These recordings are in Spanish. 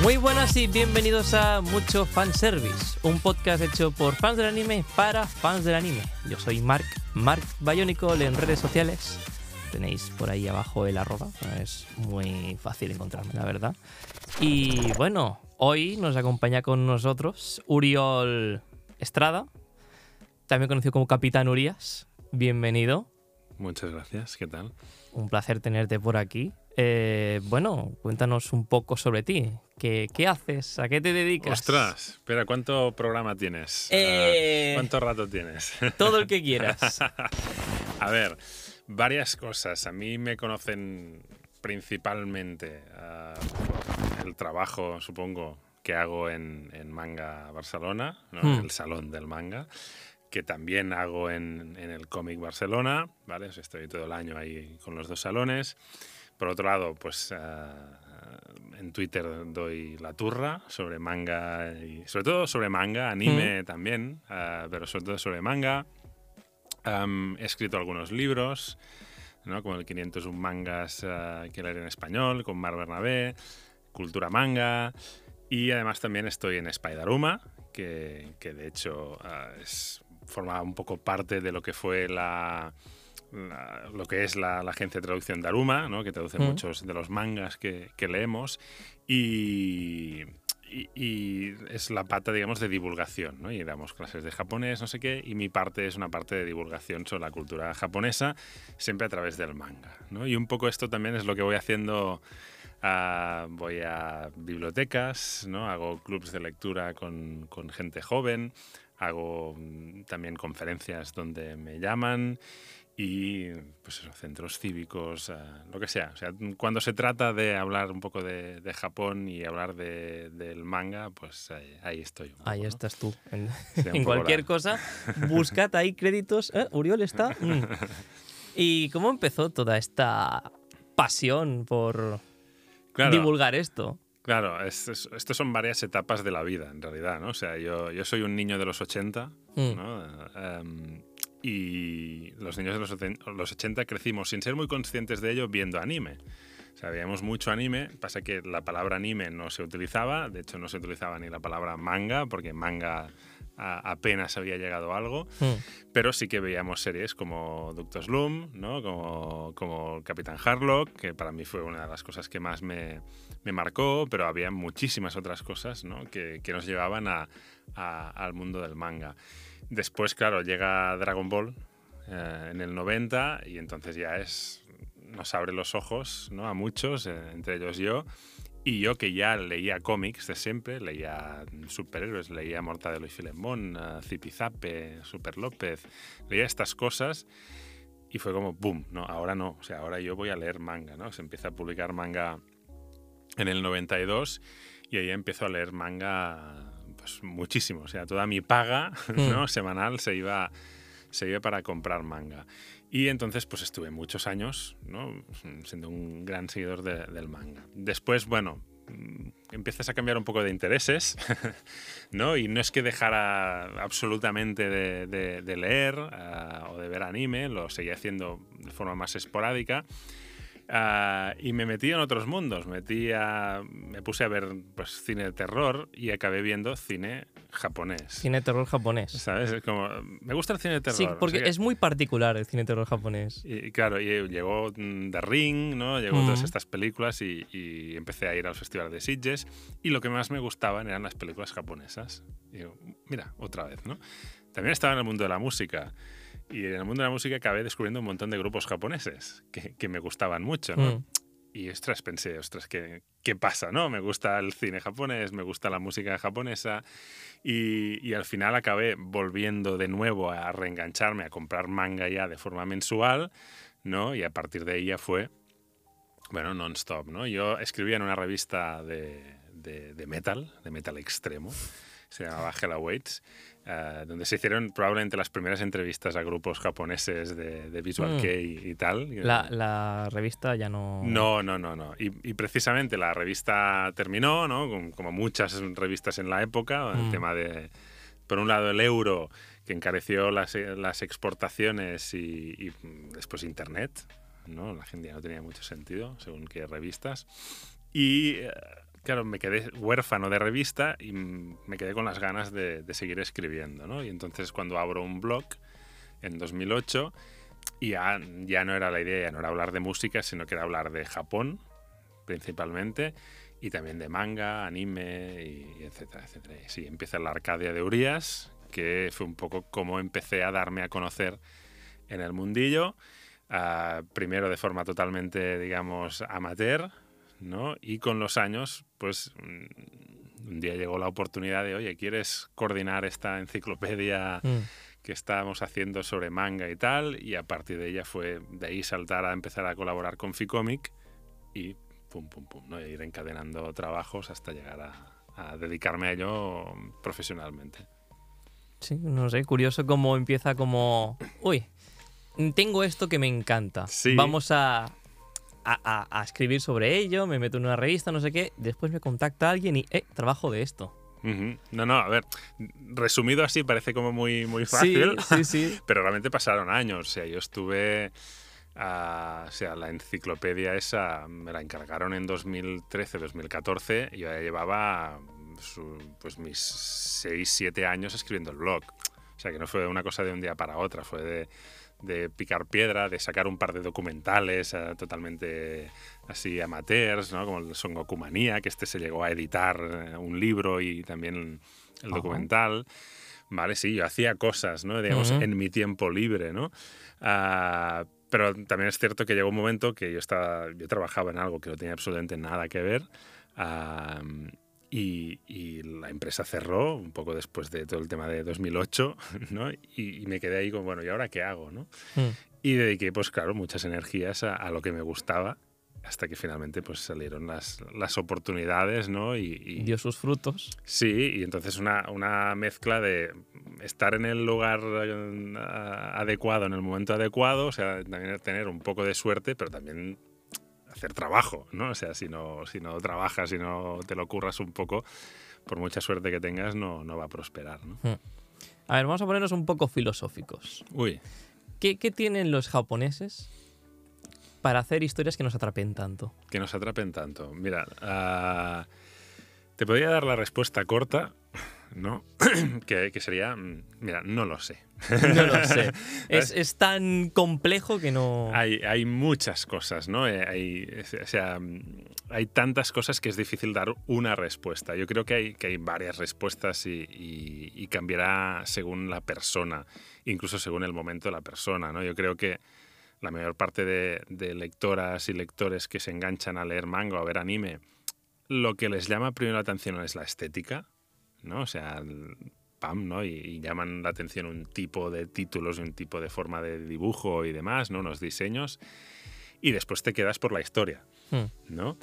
Muy buenas y bienvenidos a Mucho Fanservice, un podcast hecho por fans del anime para fans del anime. Yo soy Mark Bionicle en redes sociales. Tenéis por ahí abajo el @, es muy fácil encontrarme, la verdad. Y bueno, hoy nos acompaña con nosotros Uriol Estrada, también conocido como Capitán Urias. Bienvenido. Muchas gracias, ¿qué tal? Un placer tenerte por aquí. Bueno, cuéntanos un poco sobre ti. ¿Qué haces? ¿A qué te dedicas? ¡Ostras! Espera, ¿cuánto programa tienes? ¿Cuánto rato tienes? Todo el que quieras. A ver, varias cosas. A mí me conocen principalmente por el trabajo, supongo, que hago en Manga Barcelona, ¿no? En el Salón del Manga, que también hago en el Cómic Barcelona, ¿vale? O sea, estoy todo el año ahí con los dos salones. Por otro lado, pues en Twitter doy la turra sobre manga, y sobre todo sobre manga, anime también, pero sobre todo sobre manga. He escrito algunos libros, ¿no? Como el 501 mangas que leer en español, con Mar Bernabé, Cultura Manga, y además también estoy en Spideruma, que de hecho forma un poco parte de lo que fue lo que es la agencia de traducción Daruma, ¿no? Que traduce muchos de los mangas que leemos, y es la pata, digamos, de divulgación, ¿no? Y damos clases de japonés, no sé qué, y mi parte es una parte de divulgación sobre la cultura japonesa, siempre a través del manga, ¿no? Y un poco esto también es lo que voy haciendo. Voy a bibliotecas, ¿no? Hago clubs de lectura con gente joven, hago también conferencias donde me llaman y pues eso, centros cívicos, lo que sea. O sea, cuando se trata de hablar un poco de Japón y hablar del manga, pues ahí estoy. Poco, ahí ¿no? estás tú. Sí, En cualquier cosa, buscad ahí créditos. Uriol está. ¿Y cómo empezó toda esta pasión por divulgar esto? Claro, esto son varias etapas de la vida, en realidad, ¿no? O sea, yo soy un niño de los 80, ¿no? Y los niños de los 80 crecimos sin ser muy conscientes de ello viendo anime. O sea, veíamos mucho anime, pasa que la palabra anime no se utilizaba, de hecho no se utilizaba ni la palabra manga, porque manga apenas había llegado algo, pero sí que veíamos series como Dr. Slump, ¿no? como Capitán Harlock, que para mí fue una de las cosas que más me marcó, pero había muchísimas otras cosas, ¿no? que nos llevaban al mundo del manga. Después, claro, llega Dragon Ball en el 90 y entonces ya nos abre los ojos, ¿no? A muchos, entre ellos yo. Y yo que ya leía cómics de siempre, leía superhéroes, leía Mortadelo y Filemón, Zipizape, Super López, leía estas cosas y fue como boom, ¿no? Ahora no, o sea, ahora yo voy a leer manga, ¿no? Se empieza a publicar manga en el 92 y ahí empiezo a leer manga pues muchísimo, o sea, toda mi paga, ¿no? semanal se iba para comprar manga. Y entonces pues estuve muchos años, ¿no? siendo un gran seguidor del manga. Después, bueno, empiezas a cambiar un poco de intereses, ¿no? Y no es que dejara absolutamente de leer o de ver anime, lo seguía haciendo de forma más esporádica. Y me metí en otros mundos, me puse a ver pues, cine de terror y acabé viendo cine japonés. Cine de terror japonés. ¿Sabes? Es como, me gusta el cine de terror. Sí, porque o sea, es muy particular el cine de terror japonés. Y claro, y llegó The Ring, ¿no? Llegó todas estas películas y empecé a ir al Festival de Sitges y lo que más me gustaban eran las películas japonesas. Y digo, mira, otra vez, ¿no? También estaba en el mundo de la música. Y en el mundo de la música acabé descubriendo un montón de grupos japoneses que me gustaban mucho, ¿no? Y pensé, ¿qué pasa, no? Me gusta el cine japonés, me gusta la música japonesa y al final acabé volviendo de nuevo a reengancharme, a comprar manga ya de forma mensual, ¿no? Y a partir de ahí ya fue, bueno, non-stop, ¿no? Yo escribía en una revista de metal extremo, se llamaba Hella Waits, donde se hicieron probablemente las primeras entrevistas a grupos japoneses de Visual Kei y tal. La revista ya no... No. Y precisamente la revista terminó, ¿no? Como muchas revistas en la época, el tema de, por un lado, el euro, que encareció las exportaciones y después Internet, ¿no? La gente ya no tenía mucho sentido, según qué revistas. Y claro, me quedé huérfano de revista y me quedé con las ganas de seguir escribiendo, ¿no? Y entonces cuando abro un blog en 2008, y ya no era la idea, ya no era hablar de música, sino que era hablar de Japón, principalmente, y también de manga, anime, y etcétera, etcétera. Y sí, empieza la Arcadia de Urias, que fue un poco como empecé a darme a conocer en el mundillo, primero de forma totalmente, digamos, amateur, ¿no? Y con los años, pues un día llegó la oportunidad de, oye, ¿quieres coordinar esta enciclopedia que estábamos haciendo sobre manga y tal? Y a partir de ella fue de ahí saltar a empezar a colaborar con Ficomic y pum, pum, pum, ¿no? Ir encadenando trabajos hasta llegar a dedicarme a ello profesionalmente. Sí, no sé, curioso cómo empieza como... Uy, tengo esto que me encanta. Sí. Vamos a escribir sobre ello, me meto en una revista, no sé qué. Después me contacta alguien y, trabajo de esto. No, a ver, resumido así parece como muy, muy fácil, sí. pero realmente pasaron años. O sea, yo estuve... o sea, la enciclopedia esa me la encargaron en 2013-2014 y yo ya llevaba pues mis 6-7 años escribiendo el blog. O sea, que no fue una cosa de un día para otra, fue de picar piedra, de sacar un par de documentales totalmente así amateurs, ¿no? Como el Son Goku Manía, que se llegó a editar un libro y también el documental. Vale, sí, yo hacía cosas, ¿no? Digamos, en mi tiempo libre, ¿no? Pero también es cierto que llegó un momento que yo trabajaba en algo que no tenía absolutamente nada que ver, y la empresa cerró un poco después de todo el tema de 2008, ¿no? Y me quedé ahí como, bueno, ¿y ahora qué hago, no? Y dediqué, pues claro, muchas energías a lo que me gustaba, hasta que finalmente pues salieron las oportunidades, ¿no? Y dio sus frutos. Sí, y entonces una mezcla de estar en el lugar adecuado, en el momento adecuado, o sea, también tener un poco de suerte, pero también hacer trabajo, ¿no? O sea, si no trabajas, si no te lo curras un poco, por mucha suerte que tengas, no va a prosperar, ¿no? A ver, vamos a ponernos un poco filosóficos. Uy. ¿Qué tienen los japoneses para hacer historias que nos atrapen tanto? Que nos atrapen tanto. Mira, te podría dar la respuesta corta, ¿no? que sería, mira, no lo sé. No lo sé. Es tan complejo que no... Hay muchas cosas, ¿no? Hay tantas cosas que es difícil dar una respuesta. Yo creo que hay varias respuestas y cambiará según la persona, incluso según el momento de la persona, ¿no? Yo creo que la mayor parte de lectoras y lectores que se enganchan a leer manga o a ver anime, lo que les llama primero la atención es la estética, ¿no? O sea, ¿no? Y llaman la atención un tipo de títulos y un tipo de forma de dibujo y demás, ¿no? Unos diseños. Y después te quedas por la historia, ¿no?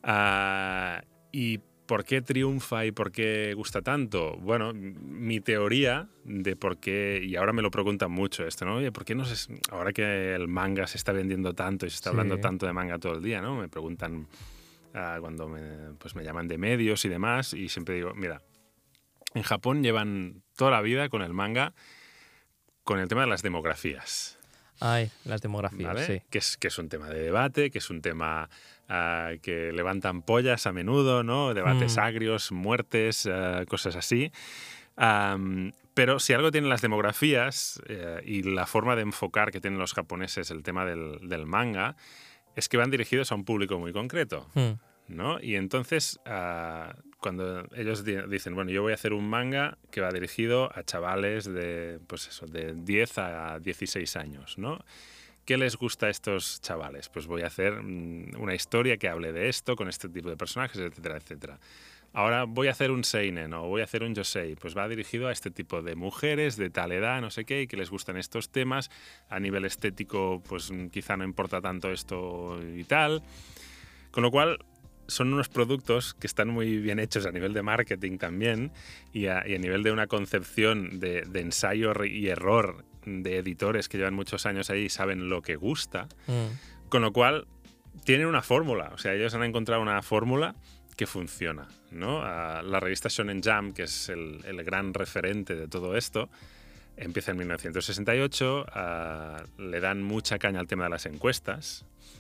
¿Y por qué triunfa y por qué gusta tanto? Bueno, mi teoría de por qué, y ahora me lo preguntan mucho esto, ¿no? Oye, ¿por qué ahora que el manga se está vendiendo tanto y se está hablando tanto de manga todo el día, ¿no? Me preguntan cuando me llaman de medios y demás, y siempre digo, mira, en Japón llevan toda la vida con el manga, con el tema de las demografías. Ay, las demografías, ¿vale? sí. Que es un tema de debate, que es un tema que levantan pollas a menudo, ¿no? Debates agrios, muertes, cosas así. Pero si algo tienen las demografías y la forma de enfocar que tienen los japoneses el tema del manga, es que van dirigidos a un público muy concreto, ¿no? Y entonces, cuando ellos dicen, bueno, yo voy a hacer un manga que va dirigido a chavales de 10 a 16 años, ¿no? ¿Qué les gusta a estos chavales? Pues voy a hacer una historia que hable de esto, con este tipo de personajes, etcétera, etcétera. Ahora voy a hacer un seinen o voy a hacer un yosei, pues va dirigido a este tipo de mujeres de tal edad, no sé qué, y que les gustan estos temas. A nivel estético, pues quizá no importa tanto esto y tal. Con lo cual, son unos productos que están muy bien hechos a nivel de marketing también y a nivel de una concepción de ensayo y error de editores que llevan muchos años ahí y saben lo que gusta. Con lo cual, tienen una fórmula. O sea, ellos han encontrado una fórmula que funciona, ¿no? La revista Shonen Jump, que es el gran referente de todo esto, empieza en 1968, le dan mucha caña al tema de las encuestas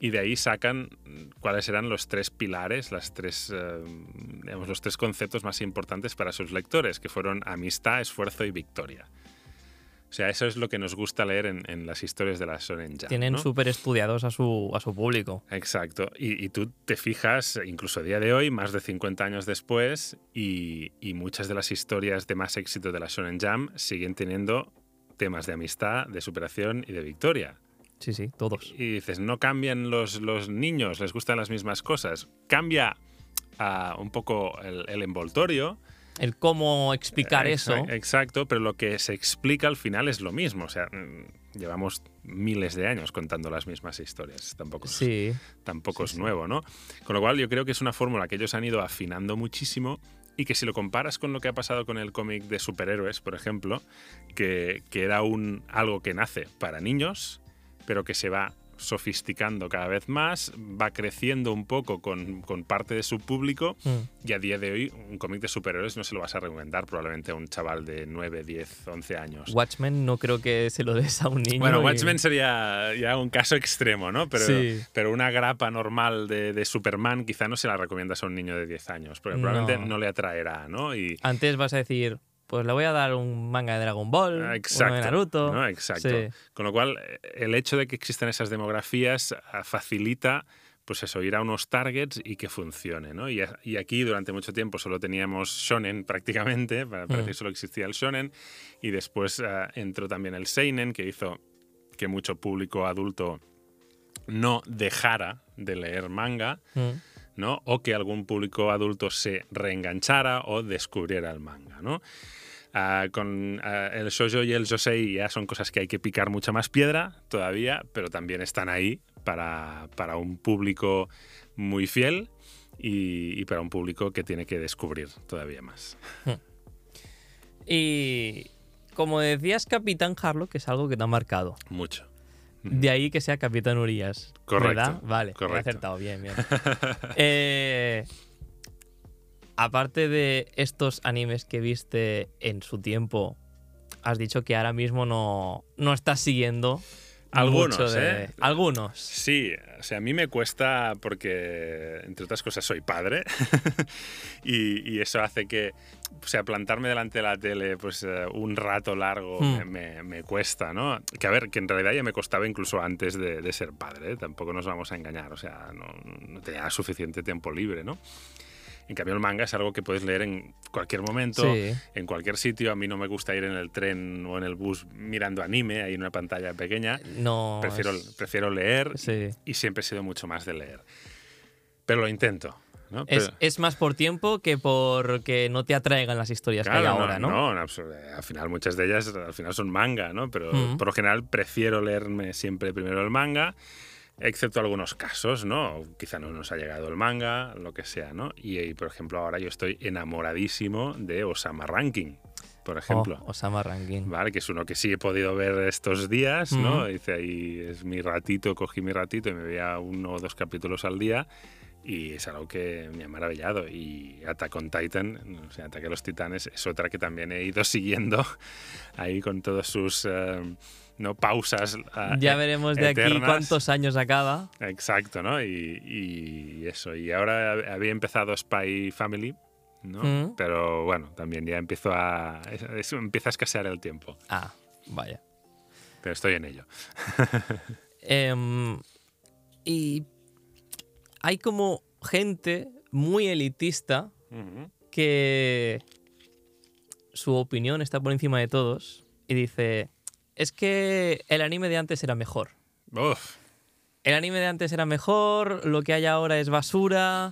y de ahí sacan cuáles eran los 3 pilares, digamos, los 3 conceptos más importantes para sus lectores, que fueron amistad, esfuerzo y victoria. O sea, eso es lo que nos gusta leer en las historias de la Shonen Jump. Tienen ¿no? súper estudiados a su público. Exacto. Y tú te fijas, incluso a día de hoy, más de 50 años después, y muchas de las historias de más éxito de la Shonen Jump siguen teniendo temas de amistad, de superación y de victoria. Sí, sí, todos. Y dices, no cambian los niños, les gustan las mismas cosas. Cambia un poco el envoltorio. El cómo explicar eso. Exacto, pero lo que se explica al final es lo mismo. O sea, llevamos miles de años contando las mismas historias. Tampoco es nuevo, ¿no? Con lo cual yo creo que es una fórmula que ellos han ido afinando muchísimo y que si lo comparas con lo que ha pasado con el cómic de superhéroes, por ejemplo, que era algo que nace para niños, pero que se va sofisticando cada vez más, va creciendo un poco con parte de su público y a día de hoy un cómic de superhéroes no se lo vas a recomendar probablemente a un chaval de 9, 10, 11 años. Watchmen no creo que se lo des a un niño. Bueno, Watchmen sería ya un caso extremo, ¿no? Pero una grapa normal de Superman quizá no se la recomiendas a un niño de 10 años, porque probablemente no le atraerá, ¿no? Y antes vas a decir, pues le voy a dar un manga de Dragon Ball, uno de Naruto. ¿no? Exacto. Sí. Con lo cual, el hecho de que existan esas demografías facilita, pues eso, ir a unos targets y que funcione, ¿no? Y aquí durante mucho tiempo solo teníamos shonen prácticamente, parece que solo existía el shonen, y después entró también el seinen, que hizo que mucho público adulto no dejara de leer manga, ¿no? O que algún público adulto se reenganchara o descubriera el manga, ¿no? Con el shoujo y el josei ya son cosas que hay que picar mucha más piedra todavía, pero también están ahí para un público muy fiel y para un público que tiene que descubrir todavía más. Y como decías, Capitán Harlock, que es algo que te ha marcado. Mucho. De ahí que sea Capitán Urias. Correcto. ¿Verdad? Vale, correcto. He acertado, bien. Aparte de estos animes que viste en su tiempo, has dicho que ahora mismo no estás siguiendo algunos, mucho de... Algunos. Sí, o sea, a mí me cuesta porque, entre otras cosas, soy padre y eso hace que, o sea, plantarme delante de la tele pues un rato largo me cuesta, ¿no? Que a ver, que en realidad ya me costaba incluso antes de ser padre, ¿eh? Tampoco nos vamos a engañar, o sea, no tenía suficiente tiempo libre, ¿no? En cambio, el manga es algo que puedes leer en cualquier momento, en cualquier sitio. A mí no me gusta ir en el tren o en el bus mirando anime ahí en una pantalla pequeña. No, prefiero leer y siempre he sido mucho más de leer. Pero lo intento, ¿no? Es más por tiempo que porque no te atraigan las historias que hay ahora, ¿no? No, al final muchas de ellas son manga, ¿no? Pero por lo general prefiero leerme siempre primero el manga, excepto algunos casos, ¿no? Quizá no nos ha llegado el manga, lo que sea, ¿no? Y por ejemplo, ahora yo estoy enamoradísimo de Osama Ranking, por ejemplo. Osama Ranking. Vale, que es uno que sí he podido ver estos días, ¿no? Dice ahí, es mi ratito, cogí mi ratito y me veía 1 o 2 capítulos al día. Y es algo que me ha maravillado. Y Attack on Titan, o sea, Ataque a los Titanes, es otra que también he ido siguiendo ahí con todos sus pausas ya veremos de eternas. Aquí cuántos años acaba. Exacto, ¿no? Y eso. Y ahora había empezado Spy Family, ¿no? Pero bueno, también ya empieza a escasear el tiempo. Ah, vaya. Pero estoy en ello. Y hay como gente muy elitista que su opinión está por encima de todos y dice, es que el anime de antes era mejor. Uf. El anime de antes era mejor, lo que hay ahora es basura.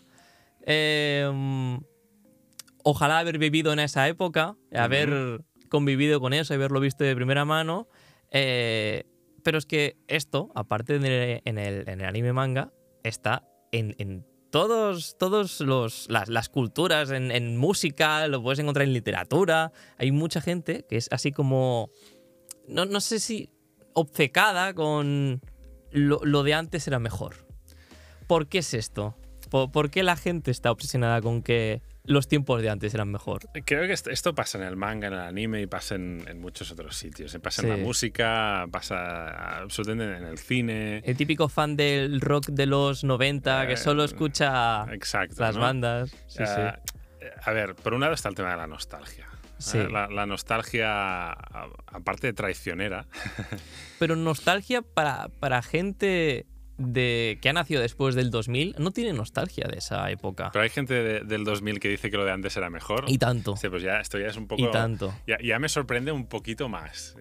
Ojalá haber vivido en esa época, haber convivido con eso y haberlo visto de primera mano. Pero es que esto, aparte en el anime manga, está en todas las culturas, en música, lo puedes encontrar en literatura. Hay mucha gente que es así como, no sé si obcecada con lo de antes era mejor. ¿Por qué es esto? ¿Por qué la gente está obsesionada con que los tiempos de antes eran mejor? Creo que esto pasa en el manga, en el anime y pasa en muchos otros sitios. Pasa en la música, pasa absolutamente en el cine. El típico fan del rock de los 90 que solo escucha las bandas. Sí, sí. A ver, por un lado está el tema de la nostalgia. Sí. La nostalgia, aparte de traicionera. Pero nostalgia para gente que ha nacido después del 2000 no tiene nostalgia de esa época. Pero hay gente del 2000 que dice que lo de antes era mejor. Y tanto. Sí, pues esto ya es un poco... Y tanto. Ya me sorprende un poquito más.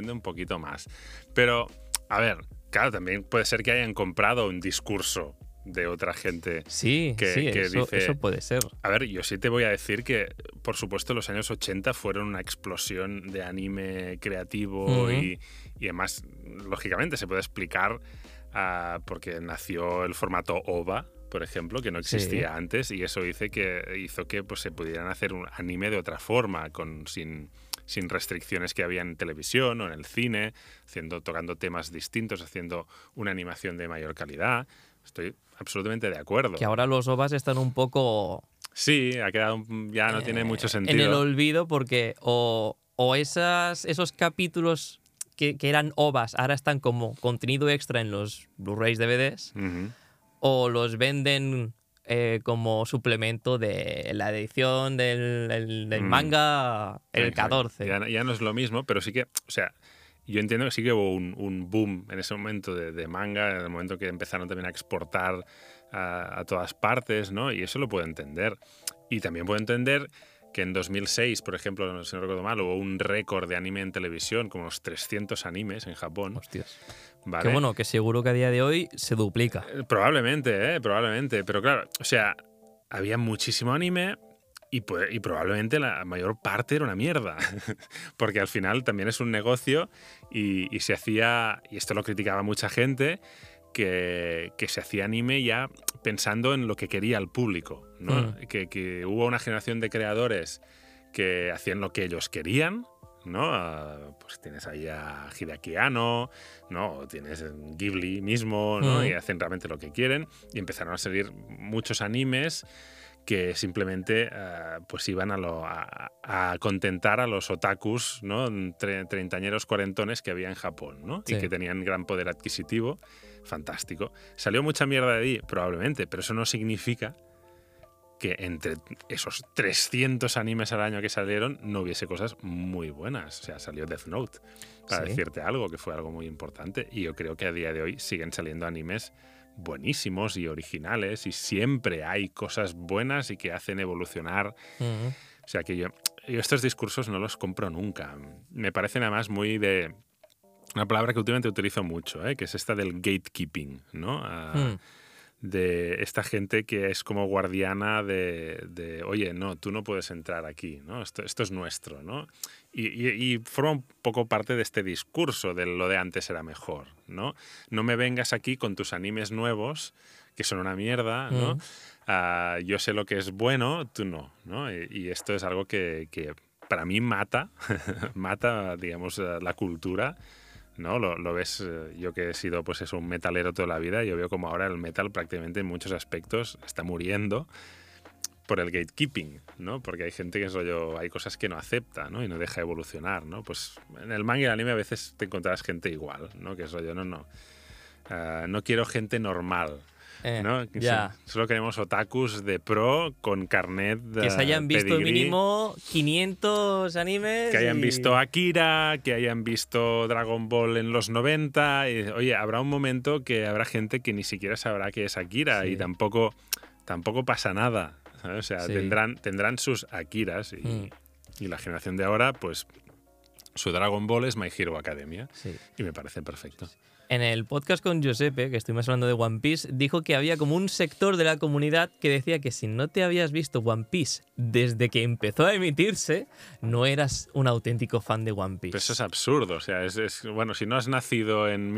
Pero, a ver, claro, también puede ser que hayan comprado un discurso de otra gente que dice... Eso puede ser. A ver, yo sí te voy a decir que, por supuesto, los años 80 fueron una explosión de anime creativo y además, lógicamente, se puede explicar porque nació el formato OVA, por ejemplo, que no existía antes, y eso hizo que pues, se pudieran hacer un anime de otra forma, sin restricciones que había en televisión o en el cine, tocando temas distintos, haciendo una animación de mayor calidad. Estoy absolutamente de acuerdo. Que ahora los OVAs están un poco... Sí, ya no tiene mucho sentido. En el olvido porque o esos capítulos que eran OVAs ahora están como contenido extra en los Blu-rays, DVDs, o los venden como suplemento de la edición del manga el 14. Ya no es lo mismo, pero sí que, o sea, yo entiendo que sí que hubo un boom en ese momento de manga, en el momento que empezaron también a exportar a todas partes, ¿no? Y eso lo puedo entender. Y también puedo entender que en 2006, por ejemplo, si no recuerdo mal, hubo un récord de anime en televisión, como unos 300 animes en Japón. Hostias. ¿Vale? Que bueno, que seguro que a día de hoy se duplica. Probablemente. Pero claro, o sea, había muchísimo anime y probablemente la mayor parte era una mierda. Porque al final también es un negocio y se hacía, y esto lo criticaba mucha gente, que se hacía anime ya pensando en lo que quería el público, ¿no? Que hubo una generación de creadores que hacían lo que ellos querían, ¿no? Pues tienes ahí a Hideaki Anno, ¿no? O tienes Ghibli mismo, ¿no? Y hacen realmente lo que quieren. Y empezaron a salir muchos animes que simplemente pues iban a contentar a los otakus, ¿no? Treintañeros, cuarentones que había en Japón, ¿no? Sí. Y que tenían gran poder adquisitivo. Fantástico. ¿Salió mucha mierda de ahí? Probablemente, pero eso no significa que entre esos 300 animes al año que salieron no hubiese cosas muy buenas. O sea, salió Death Note, para decirte algo, que fue algo muy importante. Y yo creo que a día de hoy siguen saliendo animes buenísimos y originales y siempre hay cosas buenas y que hacen evolucionar. O sea, que yo estos discursos no los compro nunca. Me parecen además muy de... Una palabra que últimamente utilizo mucho, que es esta del gatekeeping, ¿no? De esta gente que es como guardiana de oye, no, tú no puedes entrar aquí, ¿no? Esto es nuestro, ¿no? Y forma un poco parte de este discurso de lo de antes era mejor, ¿no? No me vengas aquí con tus animes nuevos, que son una mierda, ¿no? Yo sé lo que es bueno, tú no, ¿no? Y esto es algo que para mí mata, digamos, la cultura, ¿no? Lo ves, yo que he sido pues eso, un metalero toda la vida, yo veo como ahora el metal prácticamente en muchos aspectos está muriendo por el gatekeeping, ¿no? Porque hay gente que es rollo, hay cosas que no acepta, ¿no? Y no deja evolucionar, ¿no? Pues en el manga y el anime a veces te encontrarás gente igual, ¿no? Que es rollo, no quiero gente normal, ¿no? Ya. Solo queremos otakus de pro con carnet de que se hayan visto pedigrí, mínimo 500 animes. que hayan visto Akira, que hayan visto Dragon Ball en los 90. Y, oye, habrá un momento que habrá gente que ni siquiera sabrá qué es Akira y tampoco pasa nada, ¿sabes? O sea, tendrán sus Akiras y la generación de ahora, pues su Dragon Ball es My Hero Academia y me parece perfecto. En el podcast con Giuseppe, que estuvimos hablando de One Piece, dijo que había como un sector de la comunidad que decía que si no te habías visto One Piece desde que empezó a emitirse, no eras un auténtico fan de One Piece. Pero eso es absurdo. O sea, bueno, si no has nacido en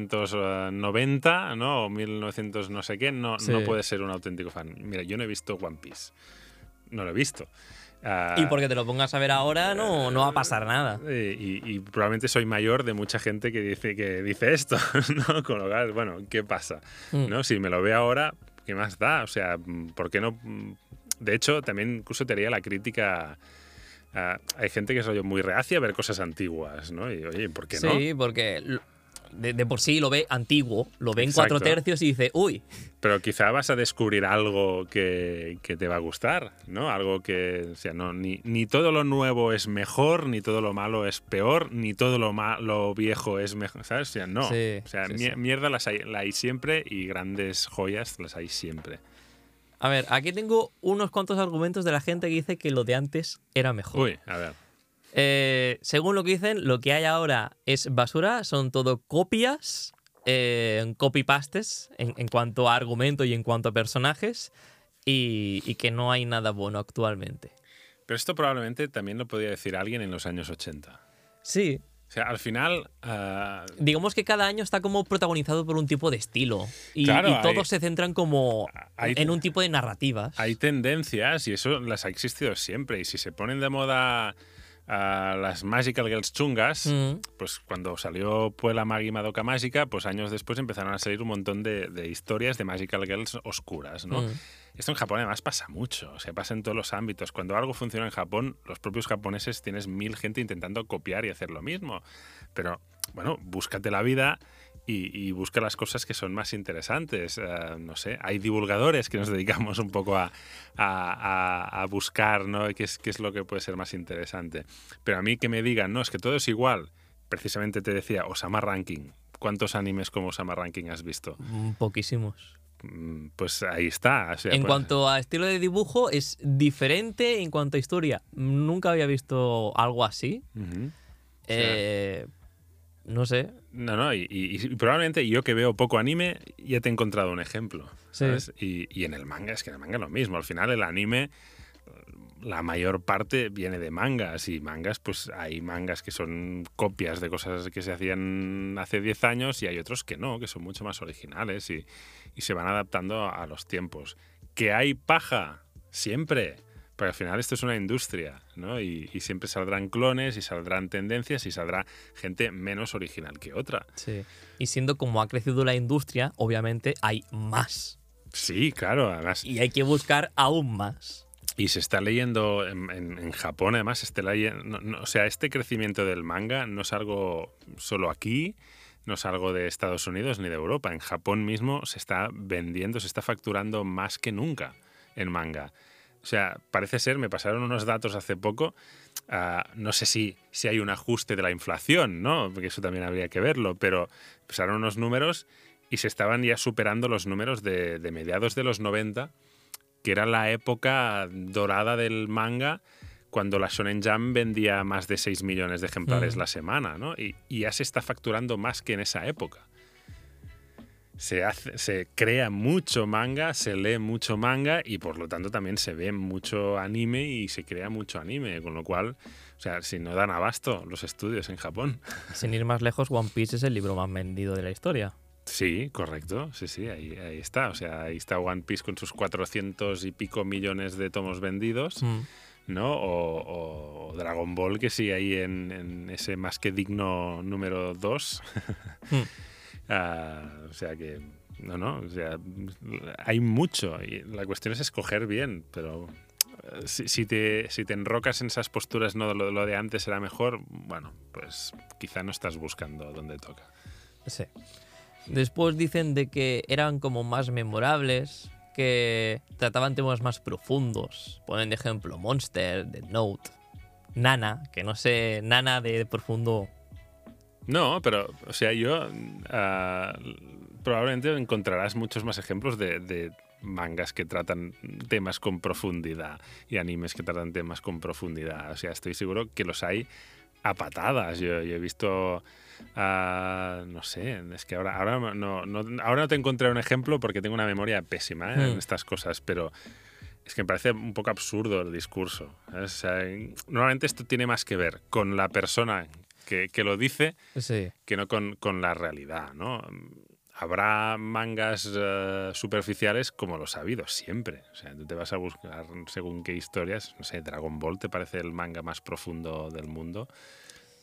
1990, ¿no? O 1900 no sé qué, no puedes ser un auténtico fan. Mira, yo no he visto One Piece. No lo he visto. Y porque te lo pongas a ver ahora no va a pasar nada. Y probablemente soy mayor de mucha gente que dice esto, ¿no? Con lo cual, bueno, ¿qué pasa? ¿No? Si me lo ve ahora, ¿qué más da? O sea, ¿por qué no? De hecho, también incluso te haría la crítica. Hay gente que es muy reacia a ver cosas antiguas, ¿no? Y oye, ¿por qué no? Sí, porque de por sí lo ve antiguo, lo ve en Exacto. 4/3 y dice, uy. Pero quizá vas a descubrir algo que te va a gustar, ¿no? Algo que, o sea, no, ni todo lo nuevo es mejor, ni todo lo malo es peor, ni todo lo viejo es mejor, ¿sabes? O sea, no. Sí, O sea, sí. mierda la hay siempre y grandes joyas las hay siempre. A ver, aquí tengo unos cuantos argumentos de la gente que dice que lo de antes era mejor. Uy, a ver. Según lo que dicen, lo que hay ahora es basura, son todo copias, copy-pastes en cuanto a argumento y en cuanto a personajes, y que no hay nada bueno actualmente. Pero esto probablemente también lo podía decir alguien en los años 80. Sí. O sea, al final... Digamos que cada año está como protagonizado por un tipo de estilo. Y, Claro, y todos se centran como en un tipo de narrativas. Hay tendencias y eso las ha existido siempre. Y si se ponen de moda las Magical Girls chungas, pues cuando salió Puella Magi Madoka Mágica, pues años después empezaron a salir un montón de historias de Magical Girls oscuras, ¿no? Esto en Japón además pasa mucho, o sea, pasa en todos los ámbitos. Cuando algo funciona en Japón, los propios japoneses tienes 1000 gente intentando copiar y hacer lo mismo. Pero, bueno, búscate la vida y busca las cosas que son más interesantes. No sé, hay divulgadores que nos dedicamos un poco a buscar, ¿no? ¿Qué es lo que puede ser más interesante? Pero a mí que me digan, no, es que todo es igual. Precisamente te decía, Osama Ranking. ¿Cuántos animes como Osama Ranking has visto? Poquísimos. Pues ahí está. O sea, en cuanto a estilo de dibujo, es diferente. En cuanto a historia, nunca había visto algo así. O sea, no sé. No, y probablemente yo que veo poco anime ya te he encontrado un ejemplo, ¿sabes? Sí. Y en el manga, es que en el manga es lo mismo. Al final el anime, la mayor parte viene de mangas y mangas, pues hay mangas que son copias de cosas que se hacían hace 10 años y hay otros que no, que son mucho más originales y se van adaptando a los tiempos. ¿Que hay paja? Siempre. Pero al final esto es una industria, ¿no? Y siempre saldrán clones y saldrán tendencias y saldrá gente menos original que otra. Sí. Y siendo como ha crecido la industria, obviamente hay más. Sí, claro, además. Y hay que buscar aún más. Y se está leyendo en Japón, además, o sea, este crecimiento del manga no es algo solo aquí, no es algo de Estados Unidos ni de Europa. En Japón mismo se está vendiendo, se está facturando más que nunca en manga. O sea, parece ser, me pasaron unos datos hace poco, no sé si hay un ajuste de la inflación, ¿no? Porque eso también habría que verlo, pero pasaron unos números y se estaban ya superando los números de mediados de los 90, que era la época dorada del manga, cuando la Shonen Jump vendía más de 6 millones de ejemplares la semana, ¿no? Y ya se está facturando más que en esa época. Se crea mucho manga, se lee mucho manga y por lo tanto también se ve mucho anime y se crea mucho anime, con lo cual, o sea, si no dan abasto los estudios en Japón. Sin ir más lejos, One Piece es el libro más vendido de la historia. Sí, correcto, sí, ahí está. O sea, ahí está One Piece con sus 400 y pico millones de tomos vendidos, ¿no? O Dragon Ball, que sí, ahí en ese más que digno número 2. O sea que, o sea, hay mucho y la cuestión es escoger bien, pero si te enrocas en esas posturas, no, lo de antes era mejor, bueno, pues quizá no estás buscando donde toca. Sí. Después dicen de que eran como más memorables, que trataban temas más profundos. Ponen de ejemplo Monster, Death Note, Nana, que no sé, Nana de profundo. No, pero, o sea, yo probablemente encontrarás muchos más ejemplos de mangas que tratan temas con profundidad y animes que tratan temas con profundidad. O sea, estoy seguro que los hay a patadas. Yo he visto, no sé, es que ahora no te encontré un ejemplo porque tengo una memoria pésima en estas cosas, pero es que me parece un poco absurdo el discurso. O sea, normalmente esto tiene más que ver con la persona que lo dice, sí, que no con la realidad, ¿no? Habrá mangas superficiales como los ha habido siempre. O sea, tú te vas a buscar según qué historias. No sé, Dragon Ball te parece el manga más profundo del mundo.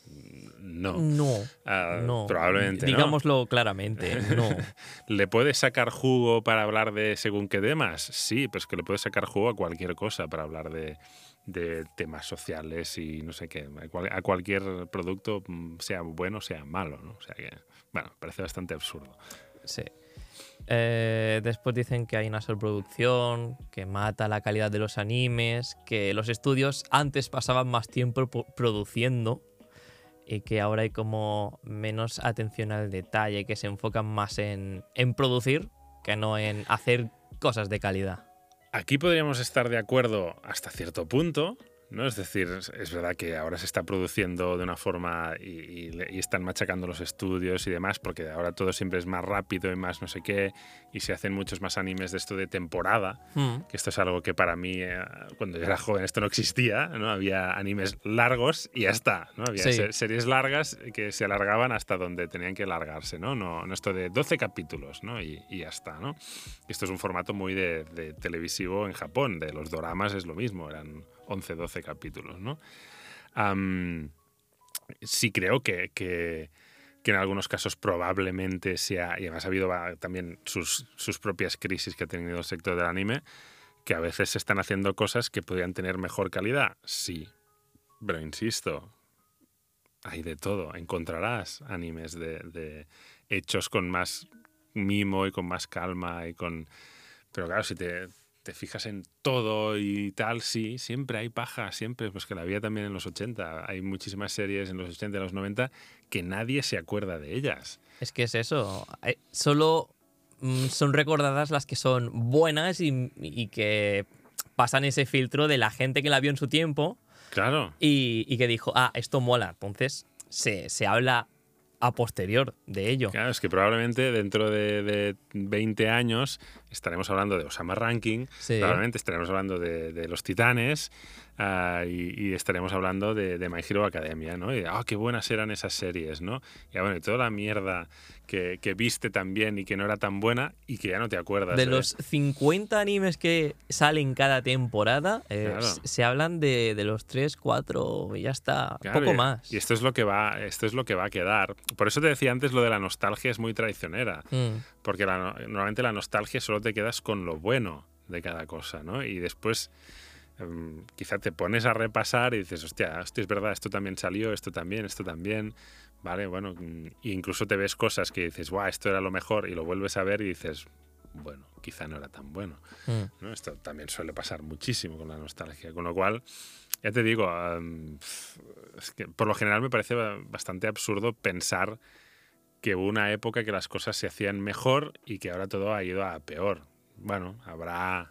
No. No. Probablemente Digámoslo claramente, no. ¿Le puedes sacar jugo para hablar de según qué temas? Sí, pues que le puedes sacar jugo a cualquier cosa para hablar de temas sociales y no sé qué, a cualquier producto, sea bueno, sea malo, ¿no? O sea que, bueno, parece bastante absurdo. Sí. Después dicen que hay una sobreproducción, que mata la calidad de los animes, que los estudios antes pasaban más tiempo produciendo y que ahora hay como menos atención al detalle, que se enfocan más en producir que no en hacer cosas de calidad. Aquí podríamos estar de acuerdo hasta cierto punto, ¿no? Es decir, es verdad que ahora se está produciendo de una forma y están machacando los estudios y demás, porque ahora todo siempre es más rápido y más no sé qué, y se hacen muchos más animes de esto de temporada, que esto es algo que para mí, cuando yo era joven, esto no existía, ¿no? Había animes largos y ya está, ¿no? Había series largas que se alargaban hasta donde tenían que alargarse, ¿no? No esto de 12 capítulos, ¿no? Y ya está, ¿no? Esto es un formato muy de televisivo en Japón, de los doramas es lo mismo, eran 11, 12 capítulos, ¿no? Sí creo que en algunos casos probablemente sea, y además ha habido también sus propias crisis que ha tenido el sector del anime, que a veces se están haciendo cosas que podrían tener mejor calidad, sí, pero insisto, hay de todo, encontrarás animes de hechos con más mimo y con más calma pero claro, si te fijas en todo y tal, sí, siempre hay paja, siempre, pues que la había también en los 80. Hay muchísimas series en los 80 y los 90 que nadie se acuerda de ellas. Es que es eso, solo son recordadas las que son buenas y que pasan ese filtro de la gente que la vio en su tiempo. Claro. Y que dijo, esto mola. Entonces se habla a posterior de ello. Claro, es que probablemente dentro de 20 años estaremos hablando de Osama Ranking, probablemente estaremos hablando de Los Titanes y estaremos hablando de My Hero Academia, ¿no? Y qué buenas eran esas series, ¿no? Y bueno, y toda la mierda que viste también y que no era tan buena y que ya no te acuerdas. De los 50 animes que salen cada temporada, claro. Se hablan de los 3, 4 y ya está, claro, poco más. Y esto es lo que va a quedar. Por eso te decía antes lo de la nostalgia es muy traicionera, porque normalmente la nostalgia solo te quedas con lo bueno de cada cosa, ¿no? Y después quizá te pones a repasar y dices, hostia, es verdad, esto también salió, esto también, vale, bueno, e incluso te ves cosas que dices, guau, esto era lo mejor, y lo vuelves a ver y dices, bueno, quizá no era tan bueno, ¿no? Esto también suele pasar muchísimo con la nostalgia, con lo cual, ya te digo, es que por lo general me parece bastante absurdo pensar que hubo una época que las cosas se hacían mejor y que ahora todo ha ido a peor. Bueno, habrá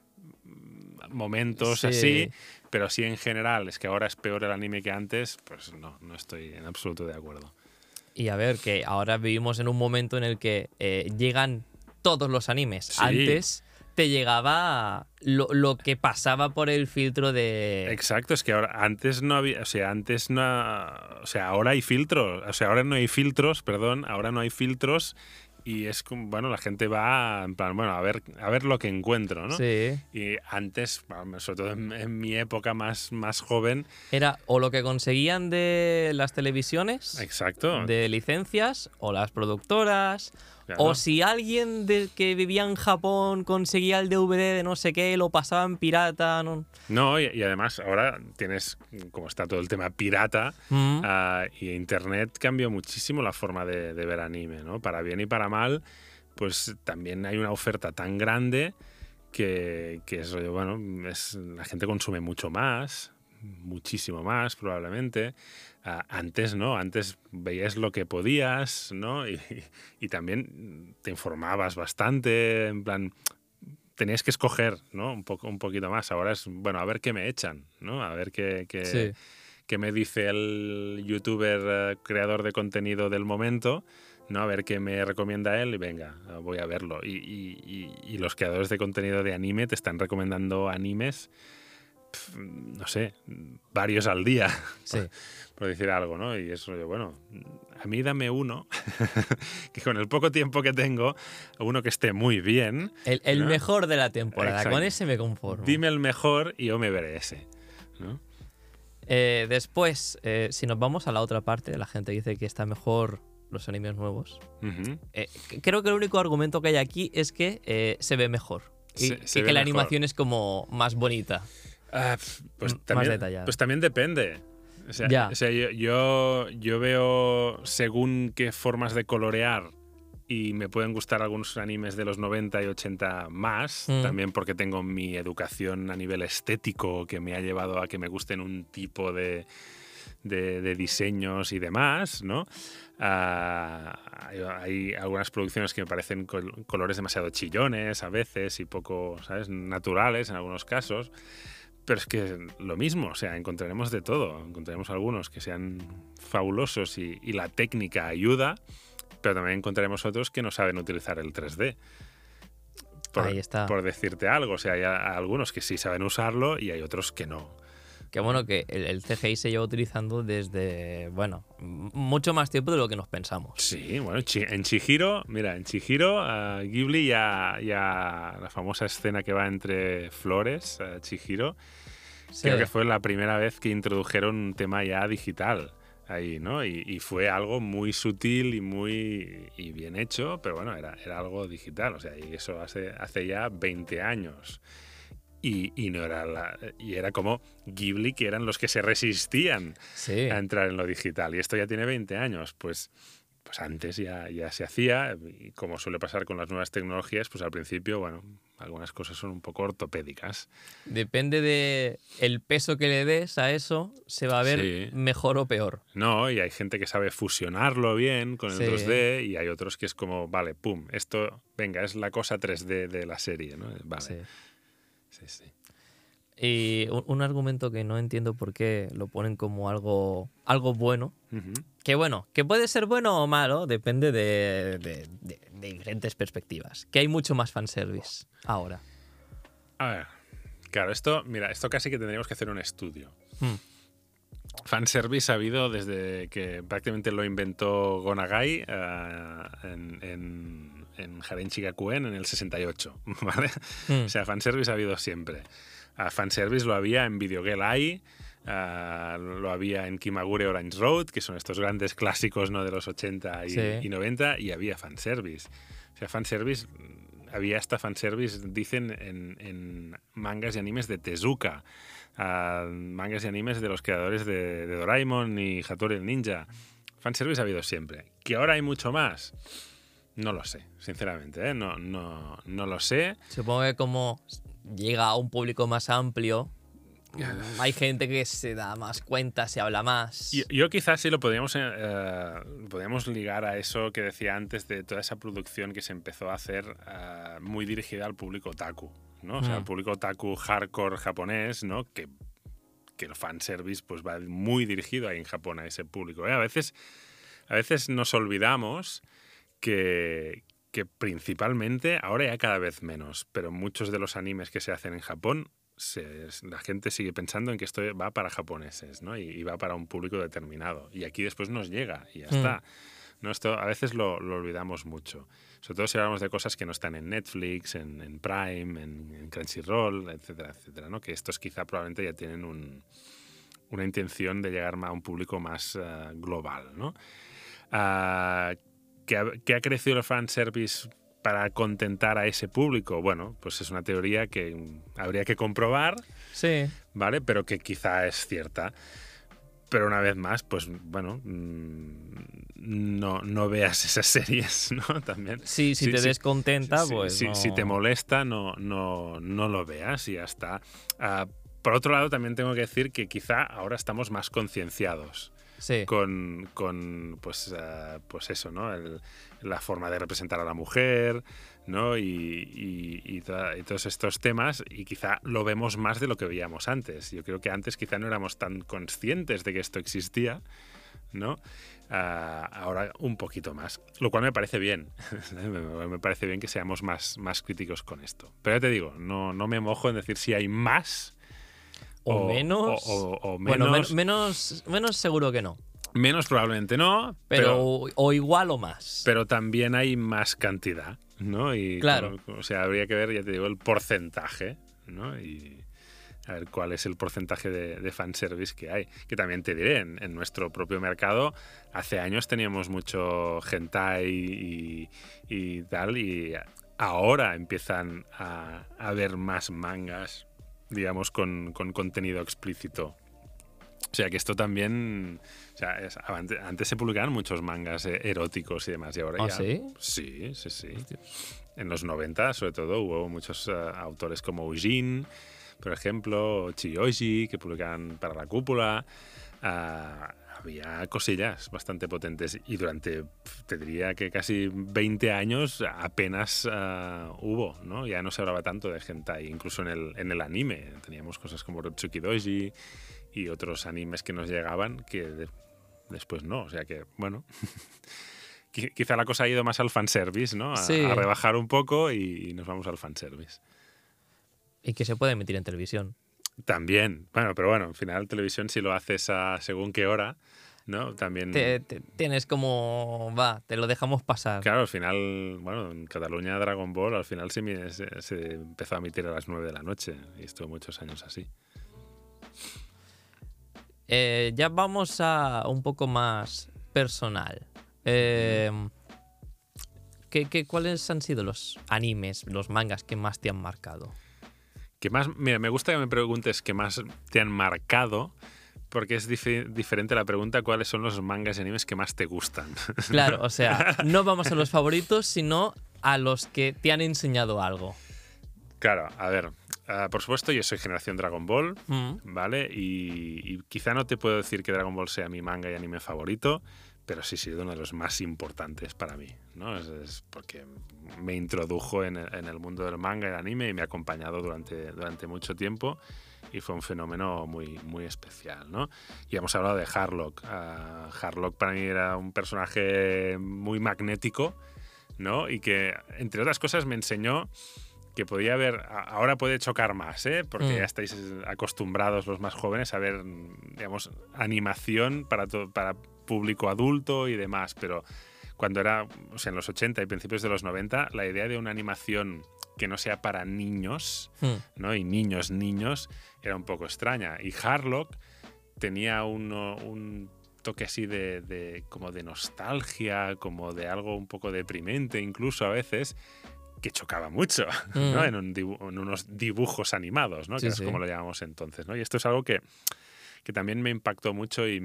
momentos así, pero sí en general es que ahora es peor el anime que antes, pues no estoy en absoluto de acuerdo. Y a ver, que ahora vivimos en un momento en el que llegan todos los animes. Sí. Antes te llegaba lo que pasaba por el filtro de... Exacto, es que antes no había, ahora hay filtros, ahora no hay filtros, ahora no hay filtros. Y es como, bueno, la gente va en plan, bueno, a ver lo que encuentro, ¿no? Sí. Y antes, sobre todo en mi época más joven... Era o lo que conseguían de las televisiones. Exacto. De licencias, o las productoras... Claro. O si alguien que vivía en Japón conseguía el DVD de no sé qué, lo pasaba en pirata. No, y además ahora tienes, como está todo el tema pirata, y Internet cambió muchísimo la forma de ver anime, ¿no? Para bien y para mal, pues también hay una oferta tan grande que es, bueno, la gente consume mucho más, muchísimo más probablemente. Antes no, antes veías lo que podías, ¿no? Y también te informabas bastante, en plan, tenías que escoger, ¿no? Un poquito más. Ahora es, bueno, a ver qué me echan, ¿no? A ver qué me dice el youtuber creador de contenido del momento, ¿no? A ver qué me recomienda él y venga, voy a verlo. Y los creadores de contenido de anime te están recomendando animes, no sé, varios al día, por decir algo, ¿no? Y eso, bueno, a mí dame uno que con el poco tiempo que tengo, uno que esté muy bien. El ¿no? mejor de la temporada. Exacto. Con ese me conformo. Dime el mejor y yo me veré ese, ¿no? Después, si nos vamos a la otra parte, la gente dice que está mejor los animes nuevos. Creo que el único argumento que hay aquí es que se ve mejor. Y que la animación es como más bonita. Pues más también, detallada. pues también depende. O sea, yo veo según qué formas de colorear y me pueden gustar algunos animes de los 90 y 80 más, también porque tengo mi educación a nivel estético que me ha llevado a que me gusten un tipo de diseños y demás, ¿no? Hay algunas producciones que me parecen colores demasiado chillones a veces y poco, ¿sabes?, naturales en algunos casos. Pero es que lo mismo, o sea, encontraremos de todo. Encontraremos algunos que sean fabulosos y la técnica ayuda, pero también encontraremos otros que no saben utilizar el 3D. Ahí está. Por decirte algo, o sea, hay algunos que sí saben usarlo y hay otros que no. Que bueno, que el CGI se lleva utilizando desde, bueno, mucho más tiempo de lo que nos pensamos. Sí, bueno, en Chihiro, mira, en Chihiro, Ghibli ya la famosa escena que va entre flores, Chihiro, sí. Creo que fue la primera vez que introdujeron un tema ya digital ahí, ¿no? Y fue algo muy sutil y bien hecho, pero bueno, era algo digital, o sea, y eso hace ya 20 años. Y no era y era como Ghibli, que eran los que se resistían a entrar en lo digital. Y esto ya tiene 20 años. Pues antes ya se hacía. Y como suele pasar con las nuevas tecnologías, pues al principio, bueno, algunas cosas son un poco ortopédicas. Depende del peso que le des a eso, se va a ver mejor o peor. No, y hay gente que sabe fusionarlo bien con el 2D y hay otros que es como, vale, pum, esto, venga, es la cosa 3D de la serie, ¿no? Vale. Sí. Sí. Y un argumento que no entiendo por qué lo ponen como algo bueno. Que bueno, que puede ser bueno o malo, depende de diferentes perspectivas. Que hay mucho más fanservice ahora. A ver, claro, esto casi que tendríamos que hacer un estudio. Fanservice ha habido desde que prácticamente lo inventó Gonagai en Haren Shigakuen en el 68, ¿vale? O sea, fanservice ha habido siempre. Fanservice lo había en Video Girl Ai, lo había en Kimagure Orange Road, que son estos grandes clásicos, ¿no?, de los 80 y 90, y había fanservice. O sea, fanservice, había hasta fanservice, dicen, en mangas y animes de Tezuka, mangas y animes de los creadores de Doraemon y Hattori el Ninja. Fanservice ha habido siempre. ¿Que ahora hay mucho más? No lo sé, sinceramente, ¿eh? No lo sé. Supongo que como llega a un público más amplio, hay gente que se da más cuenta, se habla más. Yo quizás sí lo podríamos ligar a eso que decía antes de toda esa producción que se empezó a hacer muy dirigida al público otaku, ¿no? O sea, al público otaku hardcore japonés, ¿no? Que el fanservice pues va muy dirigido ahí en Japón a ese público, ¿eh? A veces nos olvidamos que principalmente, ahora ya cada vez menos, pero muchos de los animes que se hacen en Japón, la gente sigue pensando en que esto va para japoneses, ¿no? Y va para un público determinado. Y aquí después nos llega y ya está. ¿No? Esto a veces lo olvidamos mucho. Sobre todo si hablamos de cosas que no están en Netflix, en Prime, en Crunchyroll, etcétera, etcétera, ¿no? Que estos quizá probablemente ya tienen una intención de llegar a un público más global, ¿no? ¿Que ha crecido el fanservice para contentar a ese público? Bueno, pues es una teoría que habría que comprobar, ¿vale? Pero que quizá es cierta. Pero una vez más, pues bueno, no veas esas series, ¿no? También. Sí, si te descontenta, pues no. Si te molesta, no lo veas y ya está. Por otro lado, también tengo que decir que quizá ahora estamos más concienciados. Con pues eso, ¿no? La forma de representar a la mujer, ¿no? Y todos estos temas, y quizá lo vemos más de lo que veíamos antes. Yo creo que antes quizá no éramos tan conscientes de que esto existía, ¿no? Ahora un poquito más, lo cual me parece bien. Me parece bien que seamos más críticos con esto. Pero ya te digo, no me mojo en decir si hay más o menos. O menos. Bueno, menos seguro que no. Menos probablemente no. Pero o igual o más. Pero también hay más cantidad, ¿no? Y claro. O sea, habría que ver, ya te digo, el porcentaje, ¿no? Y a ver cuál es el porcentaje de fanservice que hay. Que también te diré, en nuestro propio mercado, hace años teníamos mucho hentai y tal, y ahora empiezan a haber más mangas, digamos, con contenido explícito. O sea que esto también... O sea, antes se publicaban muchos mangas eróticos y demás, y ahora ya... ¿Sí? Sí. En los 90, sobre todo, hubo muchos autores como Eugene, por ejemplo, o Chiyoshi, que publicaban para la cúpula. Había cosillas bastante potentes y durante, te diría que casi 20 años apenas hubo, ¿no? Ya no se hablaba tanto de hentai, incluso en el anime. Teníamos cosas como Rotsuki Doji y otros animes que nos llegaban que después no, o sea que, bueno... Quizá la cosa ha ido más al fanservice, ¿no? Sí. A rebajar un poco y nos vamos al fanservice. Y que se puede emitir en televisión. También. Bueno, pero bueno, al final televisión si lo haces a según qué hora, ¿no? También... Tienes como... Va, te lo dejamos pasar. Claro, al final, bueno, en Cataluña Dragon Ball al final se empezó a emitir a las 9 de la noche y estuvo muchos años así. Ya vamos a un poco más personal. ¿Cuáles han sido los animes, los mangas que más te han marcado? Mira, me gusta que me preguntes qué más te han marcado, porque es diferente la pregunta cuáles son los mangas y animes que más te gustan. Claro, o sea, no vamos a los favoritos, sino a los que te han enseñado algo. Claro, a ver, por supuesto yo soy generación Dragon Ball, ¿vale? Y quizá no te puedo decir que Dragon Ball sea mi manga y anime favorito, pero sí ha sido uno de los más importantes para mí, ¿no? Es porque me introdujo en el mundo del manga y el anime y me ha acompañado durante mucho tiempo y fue un fenómeno muy, muy especial, ¿no? Y hemos hablado de Harlock. Harlock para mí era un personaje muy magnético, ¿no? Y que, entre otras cosas, me enseñó que podía haber... Ahora puede chocar más, ¿eh? Porque ya estáis acostumbrados los más jóvenes a ver, digamos, animación para público adulto y demás, pero cuando era, o sea, en los 80 y principios de los 90, la idea de una animación que no sea para niños, ¿no? Y niños, era un poco extraña. Y Harlock tenía un toque así como de nostalgia, como de algo un poco deprimente, incluso a veces, que chocaba mucho, ¿no? En unos dibujos animados, ¿no? Sí, que es como lo llamamos entonces, ¿no? Y esto es algo que también me impactó mucho y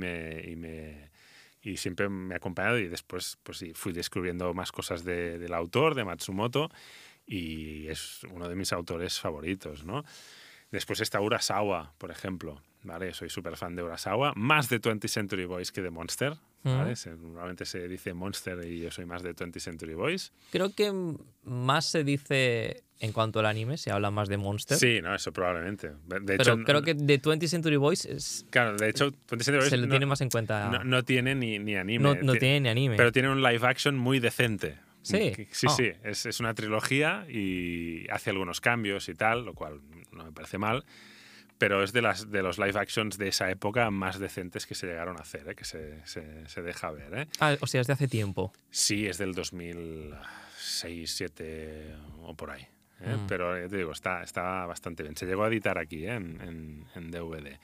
siempre me ha acompañado, y después pues sí, fui descubriendo más cosas del autor, de Matsumoto, y es uno de mis autores favoritos, ¿no? Después está Urasawa, por ejemplo, ¿vale? Soy súper fan de Urasawa, más de 20th Century Boys que de Monster, ¿vale? Normalmente se dice Monster y yo soy más de 20th Century Boys. Creo que más se dice en cuanto al anime, se habla más de Monster. Sí, no, eso probablemente. De hecho, hecho, creo que de 20th Century Boys claro, de hecho, 20th Century Boys se le tiene más en cuenta. No tiene ni anime. No tiene ni anime. Pero tiene un live action muy decente. Sí. Sí. Es una trilogía y hace algunos cambios y tal, lo cual no me parece mal. Pero es de los live actions de esa época más decentes que se llegaron a hacer, que se deja ver. O sea, es de hace tiempo. Sí, es del 2006, 2007 o por ahí. Pero te digo, está bastante bien. Se llegó a editar aquí en DVD.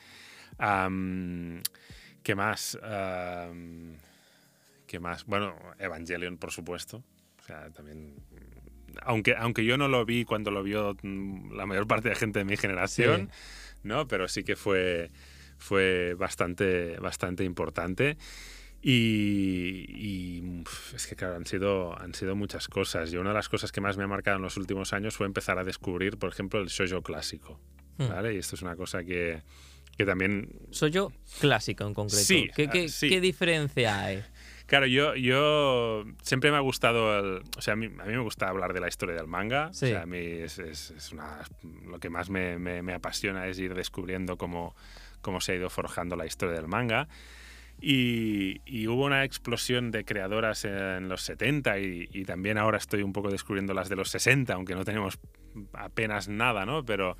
¿Qué más? ¿Qué más? Bueno, Evangelion, por supuesto. O sea, también... Aunque yo no lo vi cuando lo vio la mayor parte de gente de mi generación, sí, ¿no? Pero sí que fue bastante importante. Y es que, claro, han sido muchas cosas. Y una de las cosas que más me ha marcado en los últimos años fue empezar a descubrir, por ejemplo, el shoujo clásico, ¿vale? Y esto es una cosa que también... Shoujo clásico en concreto. Sí. ¿Qué diferencia hay? Claro, yo siempre me ha gustado... O sea, a mí me gusta hablar de la historia del manga. Sí. O sea, a mí lo que más me apasiona es ir descubriendo cómo se ha ido forjando la historia del manga. Y hubo una explosión de creadoras en los 70 y también ahora estoy un poco descubriendo las de los 60, aunque no tenemos apenas nada, ¿no? Pero...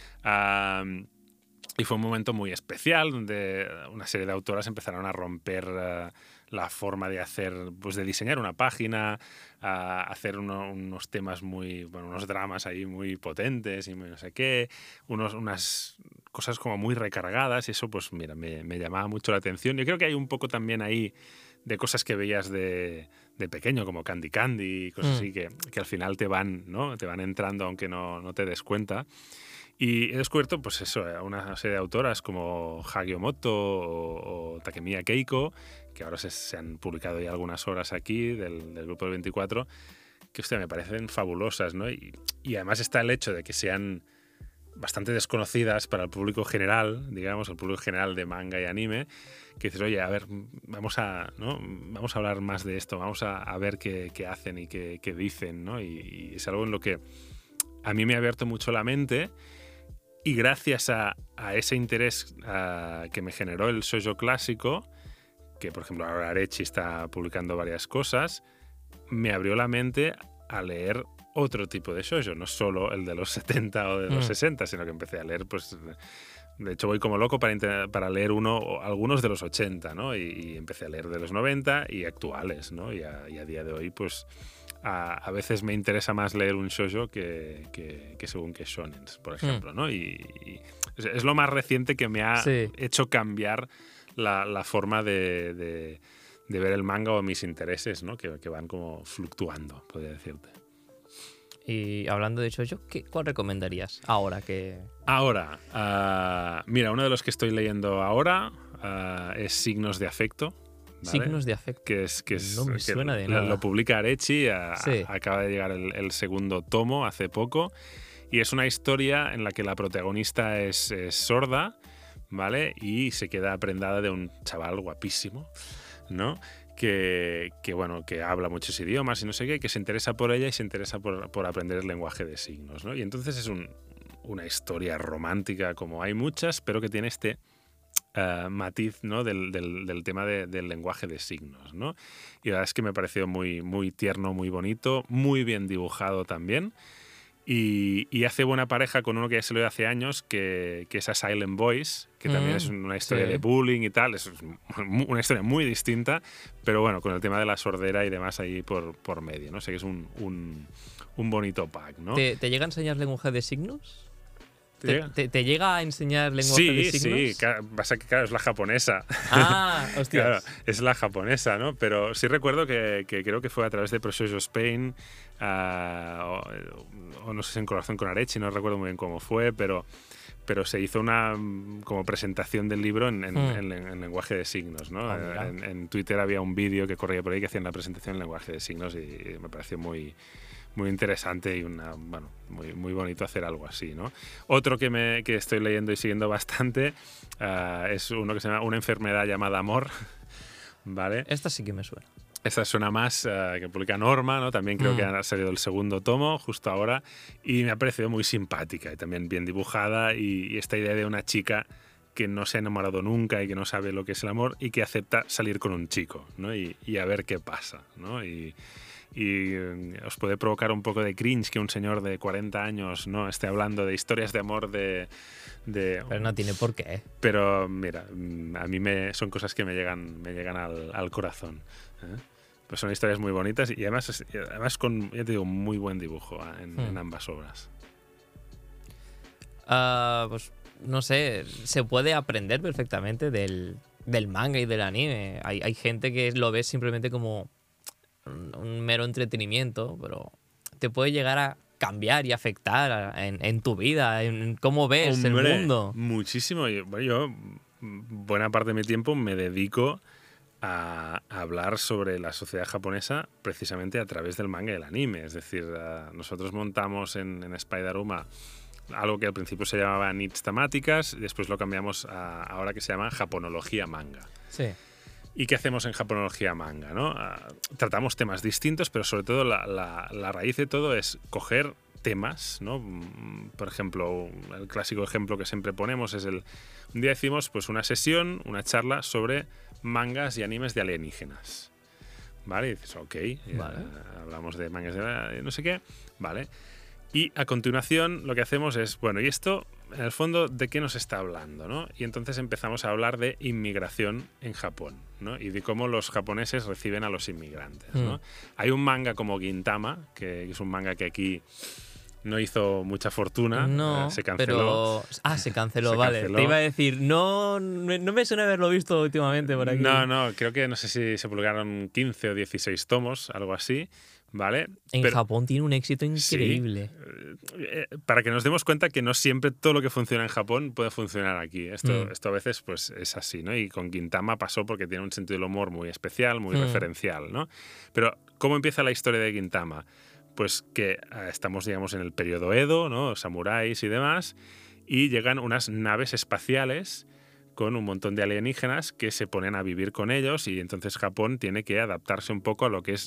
y fue un momento muy especial donde una serie de autoras empezaron a romper la forma de hacer, pues de diseñar una página, a hacer unos temas unos dramas ahí muy potentes y muy no sé qué, unas cosas como muy recargadas y eso, pues mira, me llamaba mucho la atención. Yo creo que hay un poco también ahí de cosas que veías de pequeño, como Candy Candy y cosas así, que al final te van, ¿no? Te van entrando aunque no te des cuenta. Y he descubierto, pues eso, una serie de autoras como Hagio Moto o Takemiya Keiko, que ahora se han publicado ya algunas obras aquí del Grupo del 24, que hostia, me parecen fabulosas, ¿no? Y además está el hecho de que sean bastante desconocidas para el público general, digamos, el público general de manga y anime, que dices, oye, a ver, vamos a hablar más de esto, vamos a ver qué hacen y qué dicen, ¿no? Y es algo en lo que a mí me ha abierto mucho la mente. Y gracias a ese interés que me generó el shoujo clásico, que por ejemplo ahora Arechi está publicando varias cosas, me abrió la mente a leer otro tipo de shoujo, no solo el de los 70 o de los 60, sino que empecé a leer, pues, de hecho voy como loco para leer algunos de los 80, ¿no? Y empecé a leer de los 90 y actuales, ¿no? Y a día de hoy, pues, a veces me interesa más leer un shoujo que según qué shonens, por ejemplo, ¿no? Y es lo más reciente que me ha hecho cambiar la forma de ver el manga o mis intereses, ¿no? Que van como fluctuando, podría decirte. Y hablando de shoujo, ¿cuál recomendarías ahora que...? Ahora, mira, uno de los que estoy leyendo ahora es Signos de Afecto. ¿Vale? Signos de Afecto. Que no me suena de nada. Lo publica Arechi, acaba de llegar el segundo tomo hace poco, y es una historia en la que la protagonista es sorda, ¿vale? Y se queda prendada de un chaval guapísimo, ¿no? Que habla muchos idiomas y no sé qué, que se interesa por ella y se interesa por aprender el lenguaje de signos, ¿no? Y entonces es una historia romántica, como hay muchas, pero que tiene este matiz, ¿no? del tema del lenguaje de signos, ¿no? Y la verdad es que me pareció muy, muy tierno, muy bonito, muy bien dibujado también. Y hace buena pareja con uno que ya se lo dio hace años, que es A Silent Voice, que también es una historia de bullying y tal. Es una historia muy distinta, pero bueno, con el tema de la sordera y demás ahí por medio, ¿no? Sé que es un bonito pack, ¿no? ¿Te llega a enseñar lenguaje de signos? ¿Te llega a enseñar lenguaje de signos? Sí, pasa que claro, es la japonesa. Ah, hostias. Claro, es la japonesa, ¿no? Pero sí recuerdo que creo que fue a través de ProShoujo Spain o no sé si en colaboración con Arechi, no recuerdo muy bien cómo fue, pero se hizo una como presentación del libro en lenguaje de signos, ¿no? En Twitter había un vídeo que corría por ahí que hacían la presentación en lenguaje de signos y me pareció muy interesante y muy, muy bonito hacer algo así, ¿no? Otro que estoy leyendo y siguiendo bastante es uno que se llama Una enfermedad llamada amor, ¿vale? Esta sí que me suena. Esta suena más que publica Norma, ¿no? También creo que ha salido el segundo tomo justo ahora y me ha parecido muy simpática y también bien dibujada y esta idea de una chica que no se ha enamorado nunca y que no sabe lo que es el amor y que acepta salir con un chico, ¿no? Y a ver qué pasa, ¿no? Y os puede provocar un poco de cringe que un señor de 40 años no esté hablando de historias de amor Pero no tiene por qué. Pero mira, a mí son cosas que me llegan al corazón, ¿eh? Pues son historias muy bonitas y además con, ya te digo, muy buen dibujo en ambas obras. Pues no sé, se puede aprender perfectamente del manga y del anime. Hay gente que lo ve simplemente como un mero entretenimiento, pero te puede llegar a cambiar y afectar en tu vida, en cómo ves el mundo. Muchísimo. Yo buena parte de mi tiempo me dedico a hablar sobre la sociedad japonesa precisamente a través del manga y el anime. Es decir, nosotros montamos en Spider-Uma algo que al principio se llamaba Nits Temáticas, después lo cambiamos a ahora que se llama Japonología Manga. Sí. ¿Y qué hacemos en Japonología Manga, ¿no? Tratamos temas distintos, pero sobre todo la raíz de todo es coger temas, ¿no? Por ejemplo, el clásico ejemplo que siempre ponemos es un día hicimos pues una sesión, una charla sobre mangas y animes de alienígenas, ¿vale? Y dices, ok, vale. Hablamos de mangas de no sé qué, ¿vale? Y a continuación lo que hacemos es, bueno, ¿y esto en el fondo de qué nos está hablando, ¿no? Y entonces empezamos a hablar de inmigración en Japón, ¿no? Y de cómo los japoneses reciben a los inmigrantes, ¿no? Hay un manga como Gintama, que es un manga que aquí no hizo mucha fortuna, No, se canceló. pero... se canceló, Se vale. canceló. Te iba a decir, no me suena haberlo visto últimamente por aquí. No, creo que no sé si se publicaron 15 o 16 tomos, algo así, ¿vale? En Japón tiene un éxito increíble. Sí, para que nos demos cuenta que no siempre todo lo que funciona en Japón puede funcionar aquí. Esto a veces pues, es así, ¿no? Y con Gintama pasó porque tiene un sentido del humor muy especial, muy referencial, ¿no? Pero, ¿cómo empieza la historia de Gintama? Pues que estamos, digamos, en el periodo Edo, ¿no? Samuráis y demás, y llegan unas naves espaciales con un montón de alienígenas que se ponen a vivir con ellos, y entonces Japón tiene que adaptarse un poco a lo que es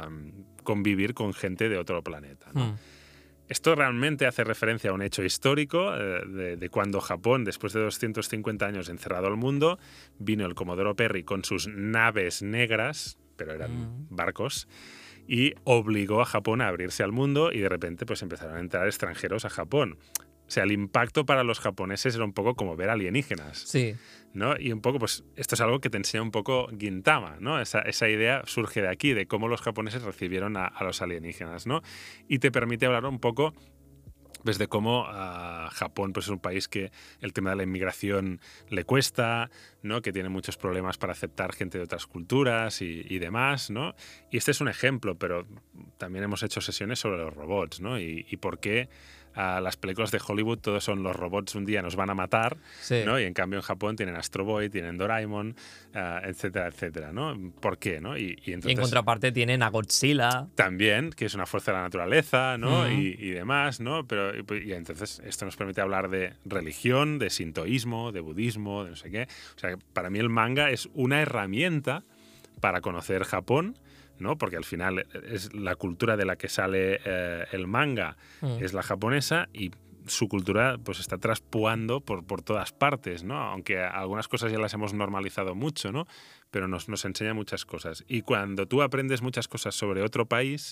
convivir con gente de otro planeta, ¿no? Esto realmente hace referencia a un hecho histórico de cuando Japón, después de 250 años encerrado al mundo, vino el Comodoro Perry con sus naves negras, pero eran barcos, y obligó a Japón a abrirse al mundo, y de repente pues empezaron a entrar extranjeros a Japón. O sea, el impacto para los japoneses era un poco como ver alienígenas. Sí. ¿No? Y un poco, pues esto es algo que te enseña un poco Gintama, ¿no? Esa idea surge de aquí, de cómo los japoneses recibieron a los alienígenas, ¿no? Y te permite hablar un poco pues, de cómo Japón pues, es un país que el tema de la inmigración le cuesta, ¿no? Que tiene muchos problemas para aceptar gente de otras culturas y demás, ¿no? Y este es un ejemplo, pero también hemos hecho sesiones sobre los robots, ¿no? Y por qué las películas de Hollywood todos son los robots un día nos van a matar, Sí. ¿no? Y en cambio en Japón tienen Astro Boy, tienen Doraemon, etcétera, etcétera, ¿no? ¿Por qué, no? Y entonces, Y en contraparte tienen a Godzilla. también, que es una fuerza de la naturaleza, ¿no? Y demás, ¿no? Pero y entonces esto nos permite hablar de religión, de sintoísmo, de budismo, de no sé qué. O sea, para mí el manga es una herramienta para conocer Japón, ¿no? Porque al final es la cultura de la que sale el manga, es la japonesa, y su cultura pues está traspuando por todas partes, ¿no? Aunque algunas cosas ya las hemos normalizado mucho, ¿no? Pero nos enseña muchas cosas. Y cuando tú aprendes muchas cosas sobre otro país,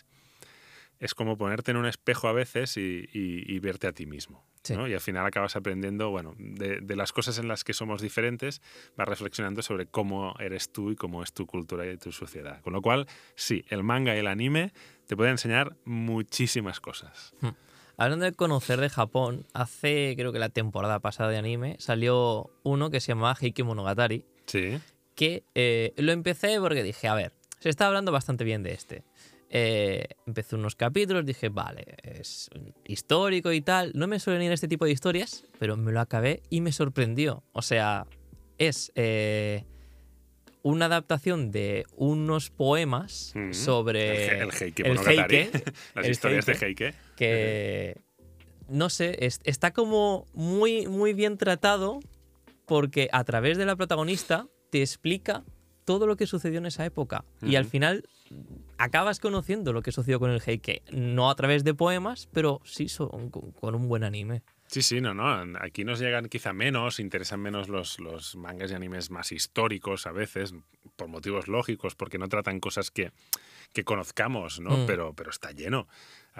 es como ponerte en un espejo a veces y verte a ti mismo, ¿no? Sí. Y al final acabas aprendiendo, bueno, de las cosas en las que somos diferentes, vas reflexionando sobre cómo eres tú y cómo es tu cultura y tu sociedad. Con lo cual, sí, el manga y el anime te pueden enseñar muchísimas cosas. Hablando de conocer de Japón, hace creo que la temporada pasada de anime salió uno que se llamaba Heike Monogatari, Sí. que lo empecé porque dije, a ver, se está hablando bastante bien de este. Empecé unos capítulos, dije, vale, es histórico y tal. No me suelen ir este tipo de historias, pero me lo acabé y me sorprendió. O sea, es una adaptación de unos poemas sobre el Heike Monogatari. Las el historias Heike, de Heike. que no sé, está como muy, muy bien tratado, porque a través de la protagonista te explica todo lo que sucedió en esa época. Y al final acabas conociendo lo que sucedió con el Heike. No a través de poemas, pero sí con un buen anime. Sí, no. Aquí nos llegan quizá menos, interesan menos los mangas y animes más históricos a veces, por motivos lógicos, porque no tratan cosas que conozcamos, ¿no? Pero está lleno.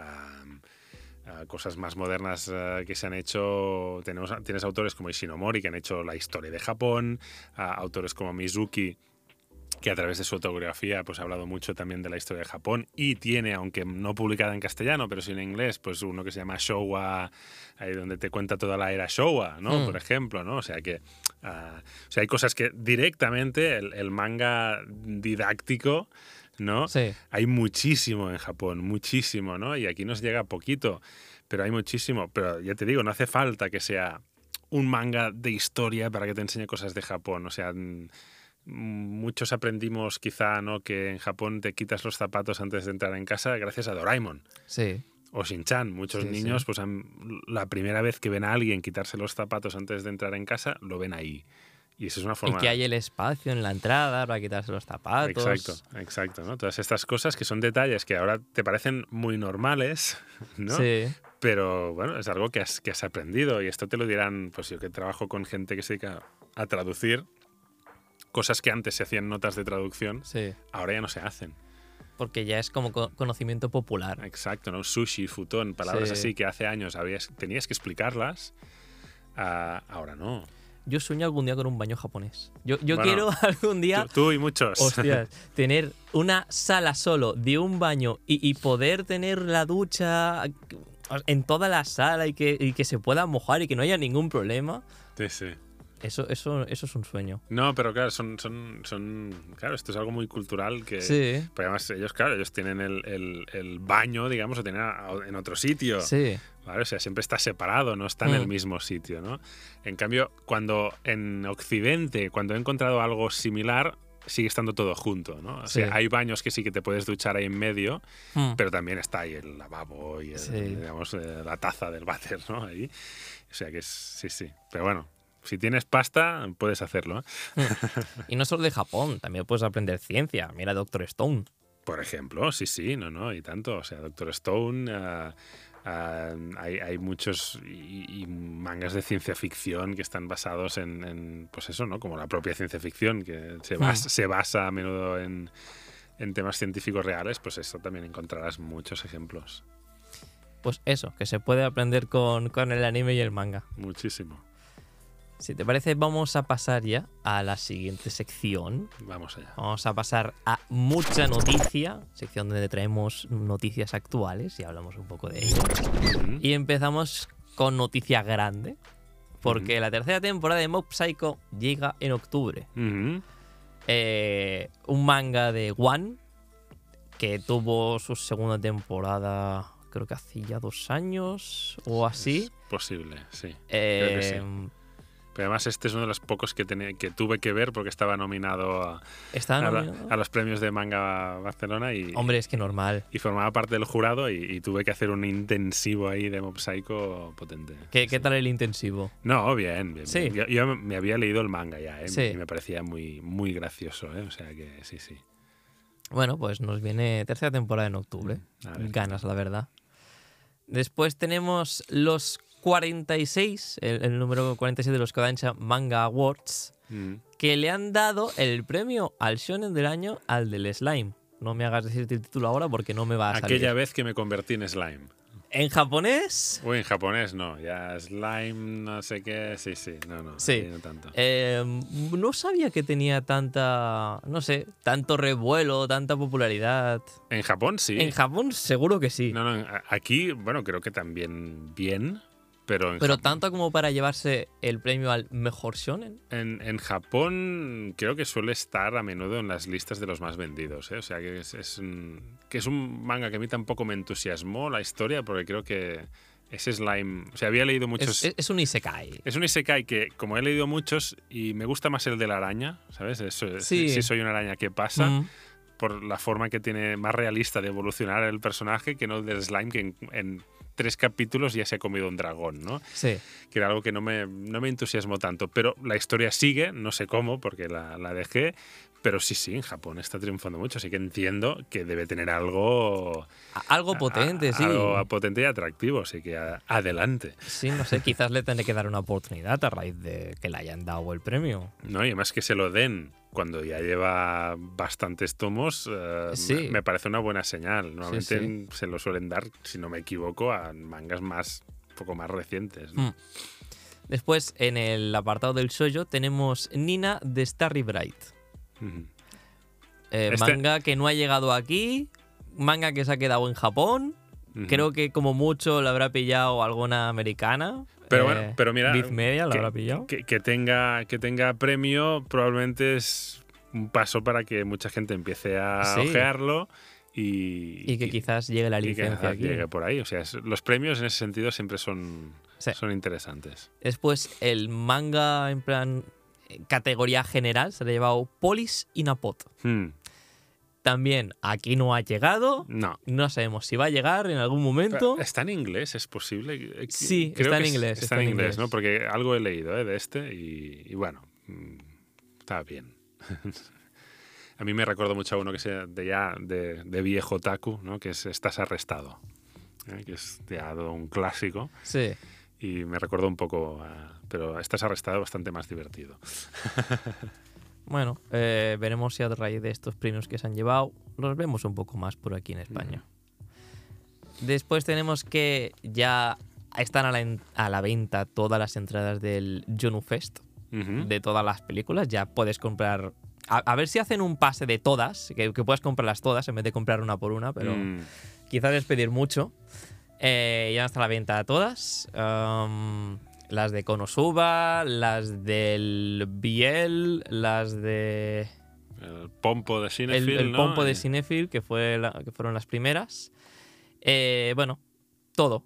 Cosas más modernas que se han hecho, tienes autores como Ishinomori, que han hecho la historia de Japón, autores como Mizuki, que a través de su autobiografía pues, ha hablado mucho también de la historia de Japón, y tiene, aunque no publicada en castellano, pero sí en inglés, pues uno que se llama Showa, ahí donde te cuenta toda la era Showa, ¿no? Por ejemplo, ¿no? O sea que hay cosas que directamente el manga didáctico, ¿no? Sí. Hay muchísimo en Japón, muchísimo, ¿no? Y aquí nos llega poquito, pero hay muchísimo. Pero ya te digo, no hace falta que sea un manga de historia para que te enseñe cosas de Japón. O sea, muchos aprendimos quizá, ¿no? Que en Japón te quitas los zapatos antes de entrar en casa gracias a Doraemon. Sí. O Shin-chan. Muchos niños, pues la primera vez que ven a alguien quitarse los zapatos antes de entrar en casa, lo ven ahí. Y eso es una forma... Y que hay el espacio en la entrada para quitarse los zapatos. Exacto, ¿no? Todas estas cosas que son detalles que ahora te parecen muy normales, ¿no? Sí. Pero, bueno, es algo que has aprendido, y esto te lo dirán, pues yo que trabajo con gente que se dedica a traducir, cosas que antes se hacían notas de traducción, ahora ya no se hacen. Porque ya es como conocimiento popular. Exacto, ¿no? Sushi, futón, palabras así que hace años tenías que explicarlas, ahora no. Yo sueño algún día con un baño japonés. Yo Bueno, quiero algún día... Tú y muchos. Hostias, tener una sala solo de un baño y poder tener la ducha en toda la sala y que se pueda mojar y que no haya ningún problema. Sí, sí. Eso es un sueño. No, pero claro, claro, esto es algo muy cultural que... Sí. Pero además ellos tienen el baño, digamos, lo tienen en otro sitio. Sí. ¿Vale? O sea, siempre está separado, no está en el mismo sitio, ¿no? En cambio, cuando en Occidente, cuando he encontrado algo similar, sigue estando todo junto, ¿no? O sea, hay baños que sí que te puedes duchar ahí en medio, pero también está ahí el lavabo y digamos, la taza del váter, ¿no? Ahí. O sea que sí. Pero bueno, si tienes pasta, puedes hacerlo, ¿eh? Y no solo de Japón, también puedes aprender ciencia. Mira Doctor Stone. Por ejemplo, sí, no, y tanto. O sea, Doctor Stone... hay muchos y mangas de ciencia ficción que están basados en pues eso, ¿no? Como la propia ciencia ficción, que se basa a menudo en temas científicos reales, pues eso también encontrarás muchos ejemplos. Pues eso, que se puede aprender con el anime y el manga. Muchísimo. Si te parece, vamos a pasar ya a la siguiente sección. Vamos allá. Vamos a pasar a mucha noticia, sección donde traemos noticias actuales y hablamos un poco de ello. Y empezamos con noticia grande, porque la tercera temporada de Mob Psycho llega en octubre. Un manga de One que tuvo su segunda temporada, creo que hace ya 2 años o así. Es posible, sí. Creo que sí. Pero además este es uno de los pocos que tuve que ver porque estaba nominado a los premios de Manga Barcelona y... Hombre, es que normal. Y formaba parte del jurado y tuve que hacer un intensivo ahí de Mob Psycho potente. ¿Qué tal el intensivo? No, bien. Sí. Yo me había leído el manga ya, ¿eh? Sí. Y me parecía muy, muy gracioso, ¿eh? O sea que sí. Bueno, pues nos viene tercera temporada en octubre. Ganas, la verdad. Después tenemos los 46, el número 46 de los Kodansha Manga Awards, que le han dado el premio al shonen del año al del slime. No me hagas decirte el título ahora porque no me va a salir. Aquella vez que me convertí en slime. ¿En japonés? Uy, en japonés no. Ya slime, no sé qué. Sí. Sí. No tanto. No sabía que tenía tanto revuelo, tanta popularidad. En Japón sí. En Japón seguro que sí. No. Aquí, bueno, creo que también bien. Pero tanto como para llevarse el premio al mejor shonen. En Japón creo que suele estar a menudo en las listas de los más vendidos, ¿eh? O sea que es un manga que a mí tampoco me entusiasmó la historia porque creo que ese slime... O sea, había leído muchos... Es un isekai. Es un isekai que, como he leído muchos, y me gusta más el de la araña, ¿sabes? Si soy una araña, ¿qué pasa? Por la forma que tiene más realista de evolucionar el personaje que no el del slime que en 3 capítulos ya se ha comido un dragón, ¿no? Sí. Que era algo que no me entusiasmó tanto. Pero la historia sigue, no sé cómo, porque la dejé. Pero sí, en Japón está triunfando mucho. Así que entiendo que debe tener algo... Algo potente, sí. Algo potente y atractivo. Así que adelante. Sí, no sé, quizás le tendré que dar una oportunidad a raíz de que le hayan dado el premio. No, y además que se lo den cuando ya lleva bastantes tomos, me parece una buena señal. Normalmente se lo suelen dar, si no me equivoco, a mangas un poco más recientes, ¿no? Después, en el apartado del shoujo, tenemos Nina de Starry Bright. Manga que no ha llegado aquí, manga que se ha quedado en Japón. Creo que como mucho lo habrá pillado alguna americana. Pero mira, Big Media lo habrá pillado. Que tenga premio probablemente es un paso para que mucha gente empiece a ojearlo y que quizás llegue la licencia aquí. Llegue por ahí. O sea, los premios en ese sentido siempre son interesantes. Después el manga en plan categoría general se le ha llevado Police Inapot. También aquí no ha llegado. No sabemos si va a llegar en algún momento. Pero ¿está en inglés? ¿Es posible? Sí, está en inglés. Está en inglés, ¿no? Porque algo he leído de este y bueno, está bien. A mí me recuerda mucho a uno que sea de viejo otaku, ¿no? Que es Estás arrestado, que es ya un clásico. Sí. Y me recuerda un poco pero Estás arrestado bastante más divertido. Bueno, veremos si a raíz de estos premios que se han llevado los vemos un poco más por aquí en España. Después tenemos que ya están a la venta todas las entradas del Jonu Fest, de todas las películas. Ya puedes comprar... A ver si hacen un pase de todas, que puedas comprarlas todas en vez de comprar una por una, pero quizás es pedir mucho. Ya está a la venta todas. Las de Konosuba, las del Biel, las de... El pompo de Cinefil, el ¿no? pompo de Cinefil, que fueron las primeras. Bueno, todo.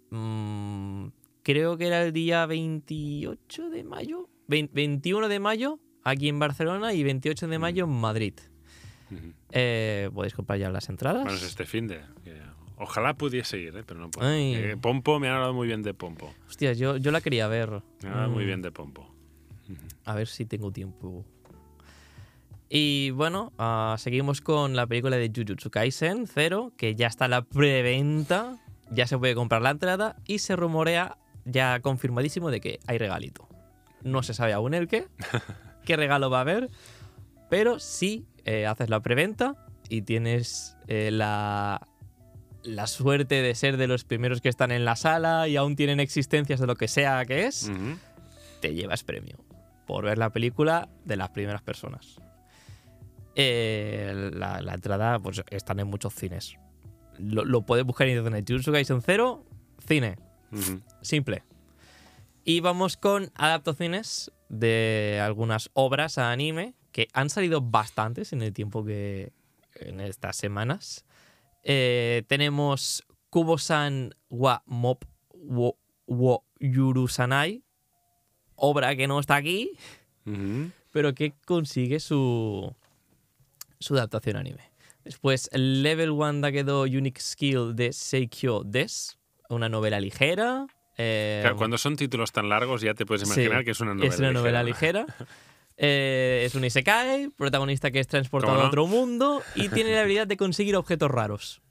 Creo que era el día 28 de mayo, 21 de mayo aquí en Barcelona y 28 de mayo en Madrid. Podéis comprar ya las entradas. Bueno, es este finde. Ojalá pudiese ir, pero no puedo. Pompo, me han hablado muy bien de Pompo. Hostia, yo la quería ver. Me han hablado muy bien de Pompo. A ver si tengo tiempo. Y bueno, seguimos con la película de Jujutsu Kaisen 0, que ya está a la preventa, ya se puede comprar la entrada y se rumorea ya confirmadísimo de que hay regalito. No se sabe aún qué regalo va a haber, pero sí haces la preventa y tienes la suerte de ser de los primeros que están en la sala y aún tienen existencias de lo que sea que es, te llevas premio por ver la película de las primeras personas. La entrada pues están en muchos cines. Lo puedes buscar en internet. Jujutsu Kaisen 0, cine. Simple. Y vamos con adaptaciones de algunas obras a anime que han salido bastantes en el tiempo que en estas semanas. Tenemos Kubo-san wa Mob wo Yurusanai, obra que no está aquí, pero que consigue su adaptación anime. Después, Level 1 Dakedo Unique Skill de Seikyo Des, una novela ligera. Claro, cuando son títulos tan largos ya te puedes imaginar que es una novela ligera. Es una novela ligera. Es un isekai, protagonista que es transportado a otro mundo y tiene la habilidad de conseguir objetos raros.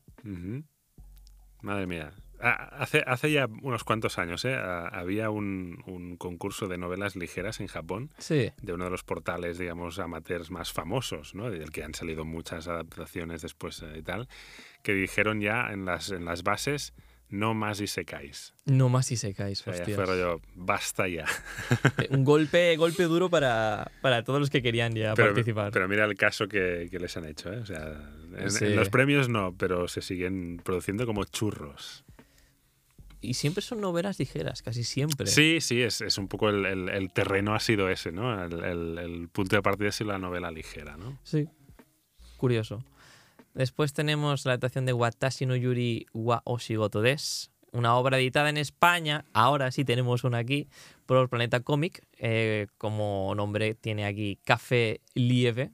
Madre mía. Hace ya unos cuantos años había un concurso de novelas ligeras en Japón, de uno de los portales, digamos, amateurs más famosos, ¿no? Del que han salido muchas adaptaciones después y tal, que dijeron ya en las bases: no más isekais. No más isekais, o sea, hostias. Ya fue rollo, basta ya. Un golpe duro para todos los que querían ya participar. Pero mira el caso que les han hecho, ¿eh? O sea, en los premios no, pero se siguen produciendo como churros. Y siempre son novelas ligeras, casi siempre. Sí, es un poco el terreno ha sido ese, ¿no? El punto de partida ha sido la novela ligera, ¿no? Sí, curioso. Después tenemos la adaptación de Watashi no Yuri wa Oshigoto Des, una obra editada en España, ahora sí tenemos una aquí, por Planeta Comic, como nombre tiene aquí Café Lieve.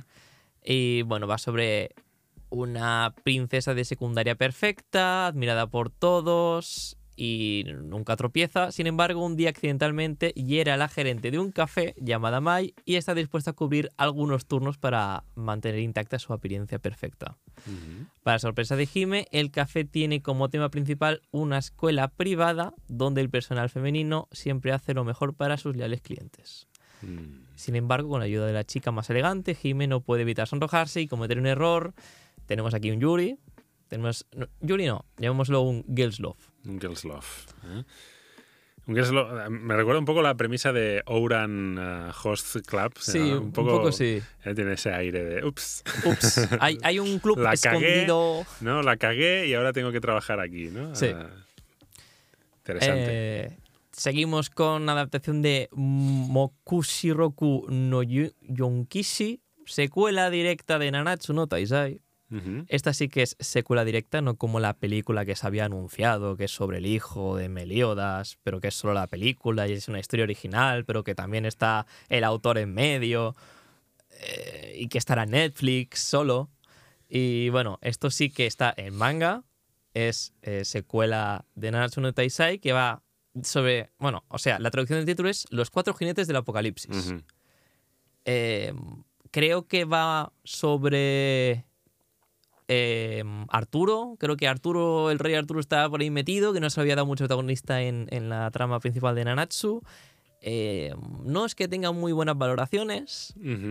Y bueno, va sobre una princesa de secundaria perfecta, admirada por todos y nunca tropieza. Sin embargo, un día accidentalmente hiere a la gerente de un café llamada Mai y está dispuesta a cubrir algunos turnos para mantener intacta su apariencia perfecta. Para sorpresa de Hime, el café tiene como tema principal una escuela privada donde el personal femenino siempre hace lo mejor para sus leales clientes. Sin embargo, con la ayuda de la chica más elegante, Hime no puede evitar sonrojarse y cometer un error. Tenemos aquí un Yuri. Yuri no, llamémoslo un Girls Love. Un Girls Love. Un Girls Love. Me recuerda un poco la premisa de Ouran Host Club. Sí, ¿no? un poco sí. Tiene ese aire de ups. Hay un club escondido. No, la cagué y ahora tengo que trabajar aquí, ¿no? Sí. Interesante. Seguimos con adaptación de Mokushiroku no Yonkishi, secuela directa de Nanatsu no Taizai. Esta sí que es secuela directa, no como la película que se había anunciado, que es sobre el hijo de Meliodas, pero que es solo la película y es una historia original, pero que también está el autor en medio y que estará en Netflix solo. Y bueno, esto sí que está en manga, es secuela de Nanatsu no Taizai, que va sobre... Bueno, o sea, la traducción del título es Los cuatro jinetes del apocalipsis. Creo que va sobre... Arturo, creo que el rey Arturo estaba por ahí metido, que no se había dado mucho protagonista en la trama principal de Nanatsu. No es que tenga muy buenas valoraciones.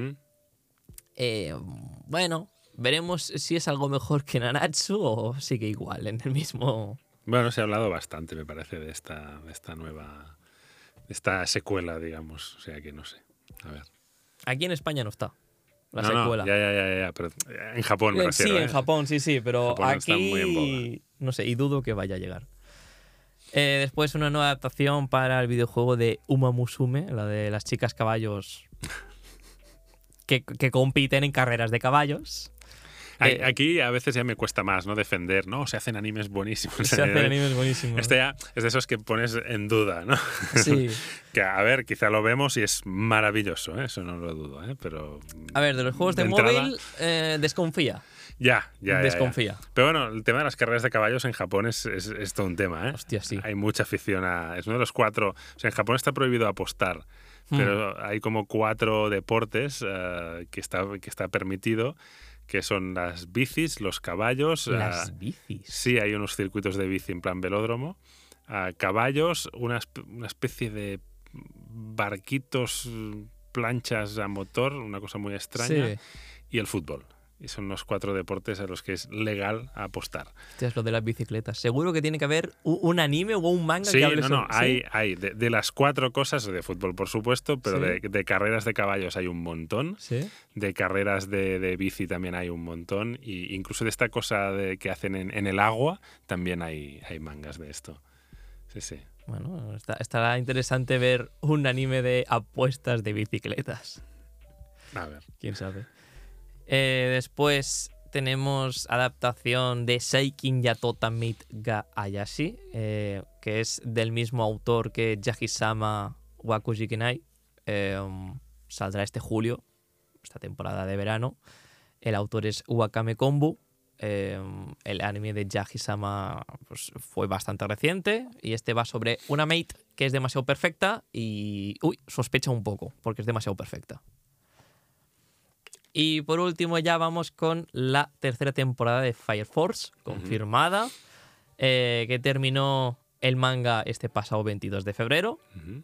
Bueno, veremos si es algo mejor que Nanatsu o sigue igual en el mismo... Bueno, se ha hablado bastante, me parece, de esta nueva... esta secuela, digamos. O sea que no sé. A ver. Aquí en España no está. la no, secuela. Ya, pero en Japón me refiero. Sí, en Japón, sí, pero Japón está muy en aquí no sé, y dudo que vaya a llegar. Después una nueva adaptación para el videojuego de Uma Musume, la de las chicas caballos que compiten en carreras de caballos. Aquí a veces ya me cuesta más, ¿no? Defender, ¿no? Se hacen animes buenísimos. Se hacen animes buenísimos. Este ya es de esos que pones en duda, ¿no? Sí. Que a ver, quizá lo vemos y es maravilloso, ¿eh? Eso no lo dudo, ¿eh? Pero A ver, de los juegos de móvil, desconfía. Ya. Desconfía. Pero bueno, el tema de las carreras de caballos en Japón es todo un tema, ¿eh? Hostia, sí. Hay mucha afición es uno de los 4... O sea, en Japón está prohibido apostar, pero hay como 4 deportes que está permitido, que son las bicis, los caballos... Las bicis. Sí, hay unos circuitos de bici en plan velódromo. Caballos, una especie de barquitos, planchas a motor, una cosa muy extraña, Sí. y el fútbol. Y son los 4 deportes a los que es legal apostar. Hostia, es lo de las bicicletas. Seguro que tiene que haber un anime o un manga Sí, que hable sobre... hay. De las 4 cosas, de fútbol por supuesto, pero Sí. de carreras de caballos hay un montón. Sí. De carreras de bici también hay un montón. Y incluso de esta cosa que hacen en el agua también hay mangas de esto. Sí. Bueno, estará interesante ver un anime de apuestas de bicicletas. A ver. ¿Quién sabe? Después tenemos adaptación de Seikin Yatota Meet ga Ayashi, que es del mismo autor que Yagisama Wakujikenai. Saldrá este julio, esta temporada de verano. El autor es Wakame Kombu. El anime de Yagisama pues, fue bastante reciente y este va sobre una mate que es demasiado perfecta y sospecha un poco porque es demasiado perfecta. Y por último ya vamos con la tercera temporada de Fire Force, confirmada, que terminó el manga este pasado 22 de febrero.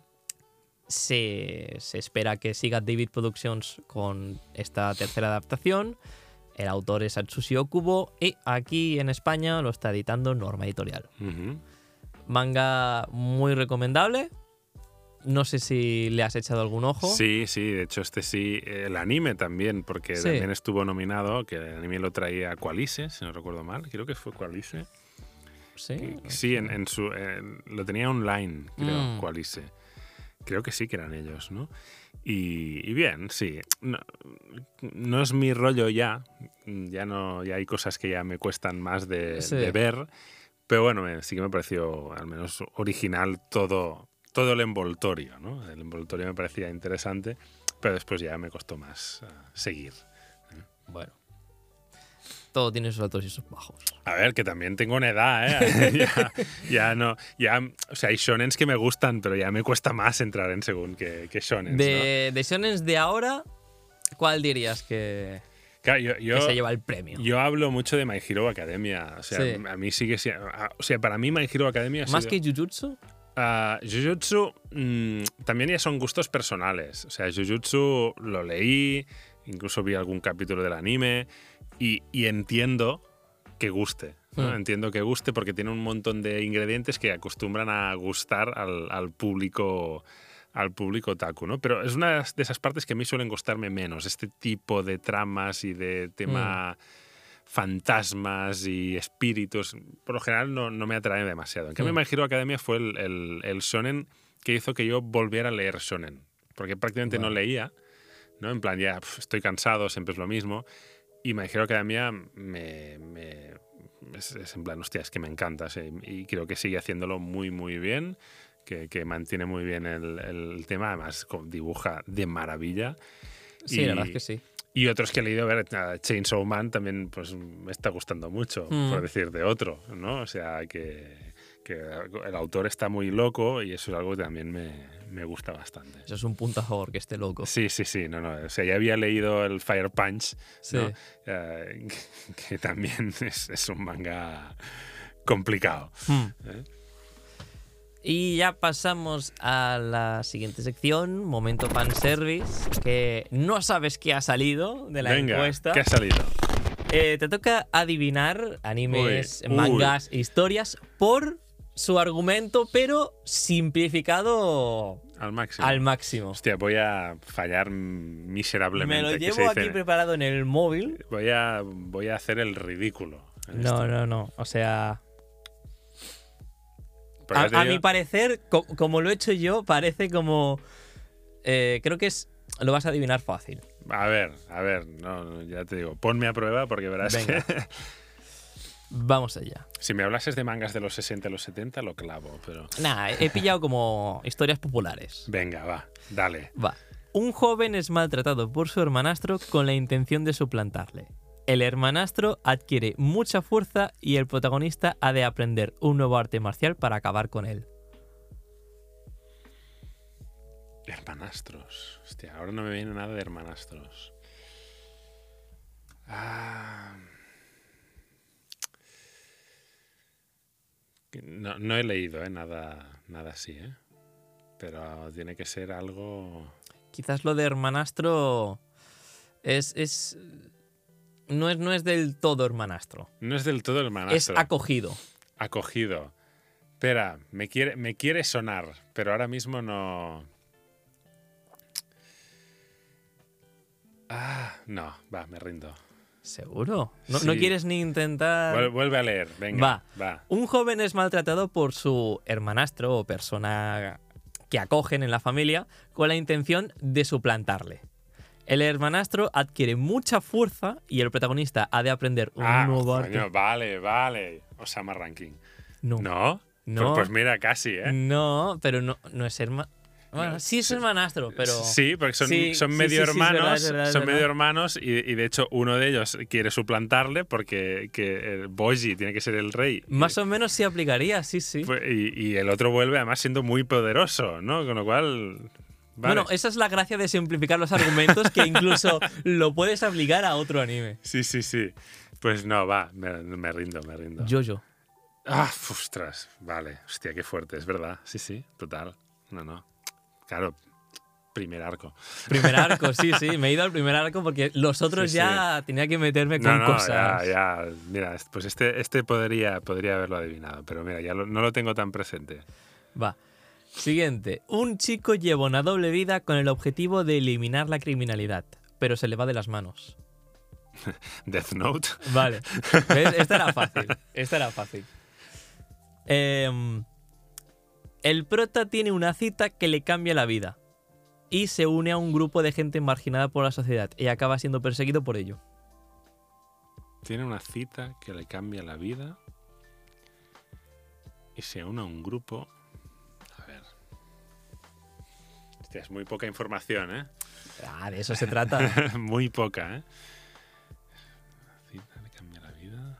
Se espera que siga David Productions con esta tercera adaptación. El autor es Atsushi Okubo y aquí en España lo está editando Norma Editorial. Manga muy recomendable. No sé si le has echado algún ojo. Sí, de hecho sí. El anime también, porque Sí. también estuvo nominado, que el anime lo traía Qualise, si no recuerdo mal. Creo que fue Qualise. Sí. Sí, lo tenía online, creo, Qualise. Creo que sí que eran ellos, ¿no? Y bien, sí. No es mi rollo ya. Ya hay cosas que ya me cuestan más de ver. Pero bueno, sí que me pareció al menos original todo el envoltorio, ¿no? El envoltorio me parecía interesante, pero después ya me costó más seguir. Bueno. Todo tiene sus altos y sus bajos. A ver, que también tengo una edad, ¿eh? O sea, hay shonens que me gustan, pero ya me cuesta más entrar en según qué shonens, ¿no? De shonens de ahora, ¿cuál dirías que Claro, que se lleva el premio? Yo hablo mucho de My Hero Academia. O sea, Sí. a mí sigue siendo... O sea, para mí My Hero Academia... ¿Más que Jujutsu? Jujutsu también ya son gustos personales. O sea, Jujutsu lo leí, incluso vi algún capítulo del anime y entiendo que guste. ¿no? Entiendo que guste porque tiene un montón de ingredientes que acostumbran a gustar al público otaku, ¿no? Pero es una de esas partes que a mí suelen gustarme menos, este tipo de tramas y de tema fantasmas y espíritus, por lo general no me atrae demasiado. En cambio, My Hero Academia fue el shonen que hizo que yo volviera a leer shonen, porque prácticamente no leía, ¿no? En plan, ya estoy cansado, siempre es lo mismo, y My Hero Academia es en plan, hostia, es que me encanta, sí, y creo que sigue haciéndolo muy, muy bien, que mantiene muy bien el tema, además dibuja de maravilla. Sí, la verdad es que sí. Y otros que he leído, a ver, Chainsaw Man también pues, me está gustando mucho, por decir de otro, ¿no? O sea, que el autor está muy loco y eso es algo que también me gusta bastante. Eso es un punto a favor, que esté loco. Sí. No. O sea, ya había leído el Fire Punch, ¿no? Sí. Que también es un manga complicado. Y ya pasamos a la siguiente sección, momento fanservice, que no sabes qué ha salido de la encuesta. ¿Qué ha salido? Te toca adivinar animes, mangas e historias por su argumento, pero simplificado Al máximo. al máximo. Hostia, voy a fallar miserablemente. Me lo ¿Qué se llevo dice? aquí preparado en el móvil. Voy a hacer el ridículo. en esto. No. O sea, Porque ya te a digo- mi parecer, como lo he hecho yo, parece como... creo que lo vas a adivinar fácil. A ver, no, ya te digo, ponme a prueba porque verás Venga. que Vamos allá. si me hablases de mangas de los 60 a los 70 lo clavo, pero Nah, he pillado como historias populares. venga, va, dale. Va. Un joven es maltratado por su hermanastro con la intención de suplantarle. El hermanastro adquiere mucha fuerza y el protagonista ha de aprender un nuevo arte marcial para acabar con él. Hermanastros. Hostia, ahora no me viene nada de hermanastros. No he leído, nada así, pero tiene que ser algo... Quizás lo de hermanastro no es del todo hermanastro. No es del todo Es hermanastro. acogido. Acogido. Espera, me quiere sonar, pero ahora mismo no... No, va, me rindo. ¿Seguro? ¿No Sí. quieres ni intentar...? Vuelve a leer, venga. Va. Un joven es maltratado por su hermanastro o persona que acogen en la familia con la intención de suplantarle. El hermanastro adquiere mucha fuerza y el protagonista ha de aprender un nuevo arte. Coño, vale. Osama Ranking. No. ¿No? No. Pues mira, casi, No, pero no es Bueno, sí es hermanastro, pero... Sí, porque son Sí, medio sí, es hermanos. verdad, es son verdad. medio hermanos y de hecho uno de ellos quiere suplantarle porque el Boji tiene que ser el rey. Más o menos sí aplicaría, sí. Y el otro vuelve además siendo muy poderoso, ¿no? Con lo cual... Vale. Bueno, esa es la gracia de simplificar los argumentos, que incluso lo puedes aplicar a otro anime. Sí. Pues no, va, me rindo. Jojo. Ostras, vale. Hostia, qué fuerte, es verdad. Sí, total. No. Claro, primer arco. Primer arco, sí, me he ido al primer arco porque los otros Sí. ya tenía que meterme con No, cosas. ya. Mira, pues este podría haberlo adivinado, pero mira, ya no lo tengo tan presente. Va. Siguiente. Un chico lleva una doble vida con el objetivo de eliminar la criminalidad, pero se le va de las manos. Death Note. Vale. ¿Ves? Esta era fácil. El prota tiene una cita que le cambia la vida y se une a un grupo de gente marginada por la sociedad y acaba siendo perseguido por ello. Tiene una cita que le cambia la vida y se une a un grupo... A ver... Hostia, es muy poca información, ¿eh? De eso se trata. Muy poca, ¿eh? La cita le cambia la vida...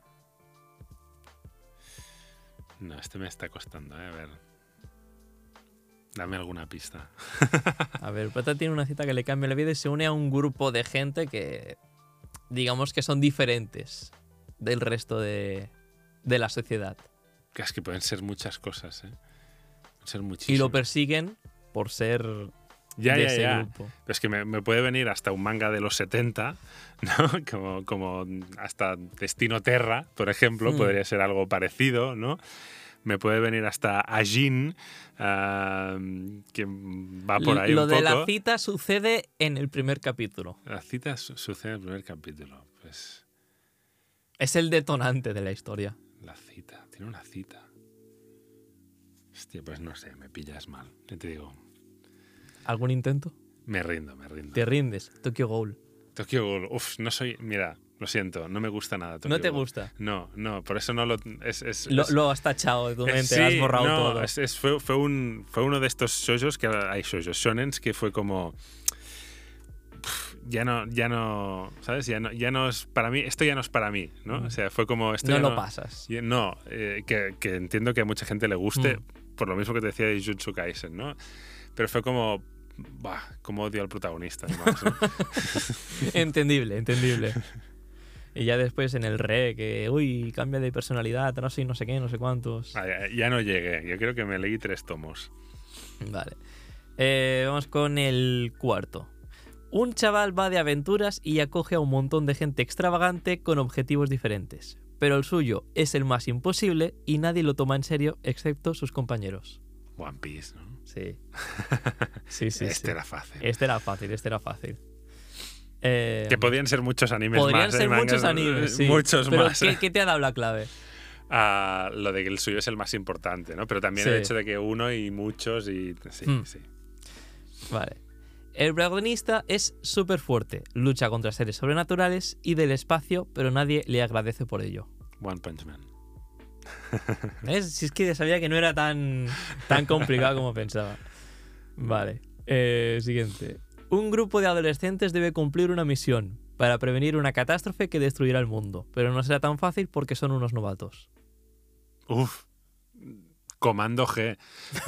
No, este me está costando, ¿eh? A ver... Dame alguna pista. A ver, el prota tiene una cita que le cambia la vida y se une a un grupo de gente que, digamos que son diferentes del resto de la sociedad. Es que pueden ser muchas cosas, ¿eh? Pueden ser Y muchísimas. lo persiguen por ser Ya. de ese grupo. Pero es que me puede venir hasta un manga de los 70, ¿no? Como hasta Destino Terra, por ejemplo, podría ser algo parecido, ¿no? Me puede venir hasta Ajin, que va por ahí Lo un de poco. la cita sucede en el primer capítulo. La cita sucede en el primer capítulo. Pues Es el detonante de la historia. la cita, tiene una cita. Hostia, pues no sé, me pillas mal. Ya te digo, ¿Algún intento? me rindo. Te rindes. Tokyo Ghoul. Tokyo Ghoul, no soy... Mira, lo siento, no me gusta nada Tokyo ¿No te Ghoul. gusta? No, por eso no lo... Lo has tachado de tu mente, sí, has borrado no, todo. fue uno de estos shoujos que hay shoujos shonens que fue como ya no, ¿sabes? Ya no es para mí, esto ya no es para mí, ¿no? O sea, fue como esto No ya lo pasas. No, que entiendo que a mucha gente le guste, por lo mismo que te decía de Jujutsu Kaisen, ¿no? Pero fue como como odio al protagonista, además, ¿no? Entendible. Y ya después en el que, cambia de personalidad, no sé qué, no sé cuántos. Ya no llegué, yo creo que me leí 3 tomos. Vale. Vamos con el cuarto. Un chaval va de aventuras y acoge a un montón de gente extravagante con objetivos diferentes. Pero el suyo es el más imposible y nadie lo toma en serio excepto sus compañeros. One Piece, ¿no? Sí. Sí. Este era fácil. Este era fácil. Que podían ser muchos animes podrían más. ser Mangas, muchos animes, sí. Muchos pero más. ¿qué te ha dado la clave? Lo de que el suyo es el más importante, ¿no? Pero también Sí. el hecho de que uno y muchos y... Sí. Vale. El protagonista es súper fuerte, lucha contra seres sobrenaturales y del espacio, pero nadie le agradece por ello. One Punch Man. ¿Ves? Si es que sabía que no era tan complicado como pensaba. Vale. Siguiente. Un grupo de adolescentes debe cumplir una misión para prevenir una catástrofe que destruirá el mundo, pero no será tan fácil porque son unos novatos. Uf. Comando G.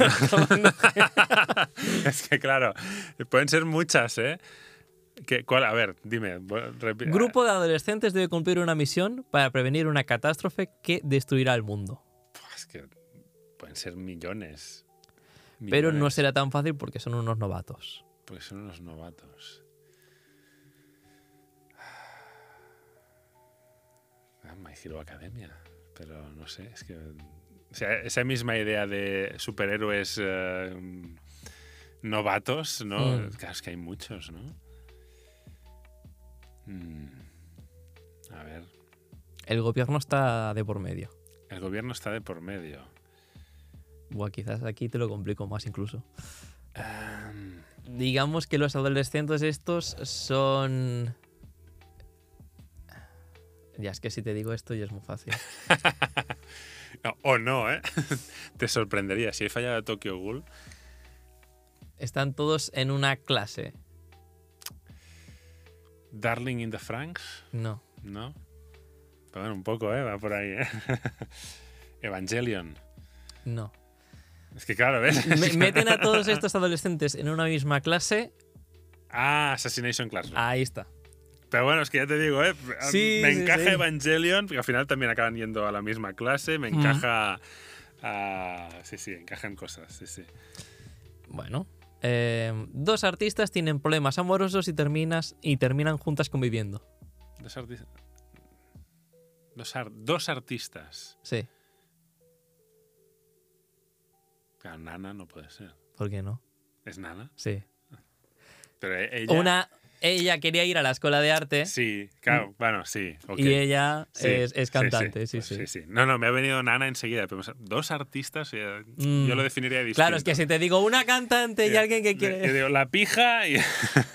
Es que claro, pueden ser muchas, ¿eh? ¿Cuál? A ver, dime. Grupo de adolescentes debe cumplir una misión para prevenir una catástrofe que destruirá el mundo. Es que pueden ser millones. Pero no será tan fácil porque son unos novatos. Porque son unos novatos. My Hero Academia. Pero no sé, es que... O sea, esa misma idea de superhéroes novatos, ¿no? Claro, es que hay muchos, ¿no? A ver. El gobierno está de por medio. El gobierno está de por medio. Buah, quizás aquí te lo complico más incluso. Digamos que los adolescentes estos son... Ya, es que si te digo esto ya es muy fácil. O no, ¿eh? Te sorprendería. Si he fallado a Tokyo Ghoul... Están todos en una clase. Darling in the Franxx. No. ¿No? Pero bueno, un poco, ¿eh? Va por ahí, ¿eh? Evangelion. No. Es que claro, ¿ves? Meten a todos estos adolescentes en una misma clase. Assassination Classroom. Ahí está. Pero bueno, es que ya te digo, ¿eh? Sí, me encaja sí. Evangelion, porque al final también acaban yendo a la misma clase. Me encaja... Sí, encajan cosas, sí. Bueno. Dos artistas tienen problemas amorosos y terminan juntas conviviendo. Dos artistas. Sí. Claro, Nana no puede ser. ¿Por qué no? ¿Es Nana? Sí. Pero ella... Ella quería ir a la escuela de arte. Sí, claro, bueno, sí. Okay. Y ella sí, es cantante, sí. No, me ha venido Nana enseguida. Pero dos artistas, yo lo definiría distinto. Claro, es que si te digo una cantante y alguien que quiere... Yo digo la pija y...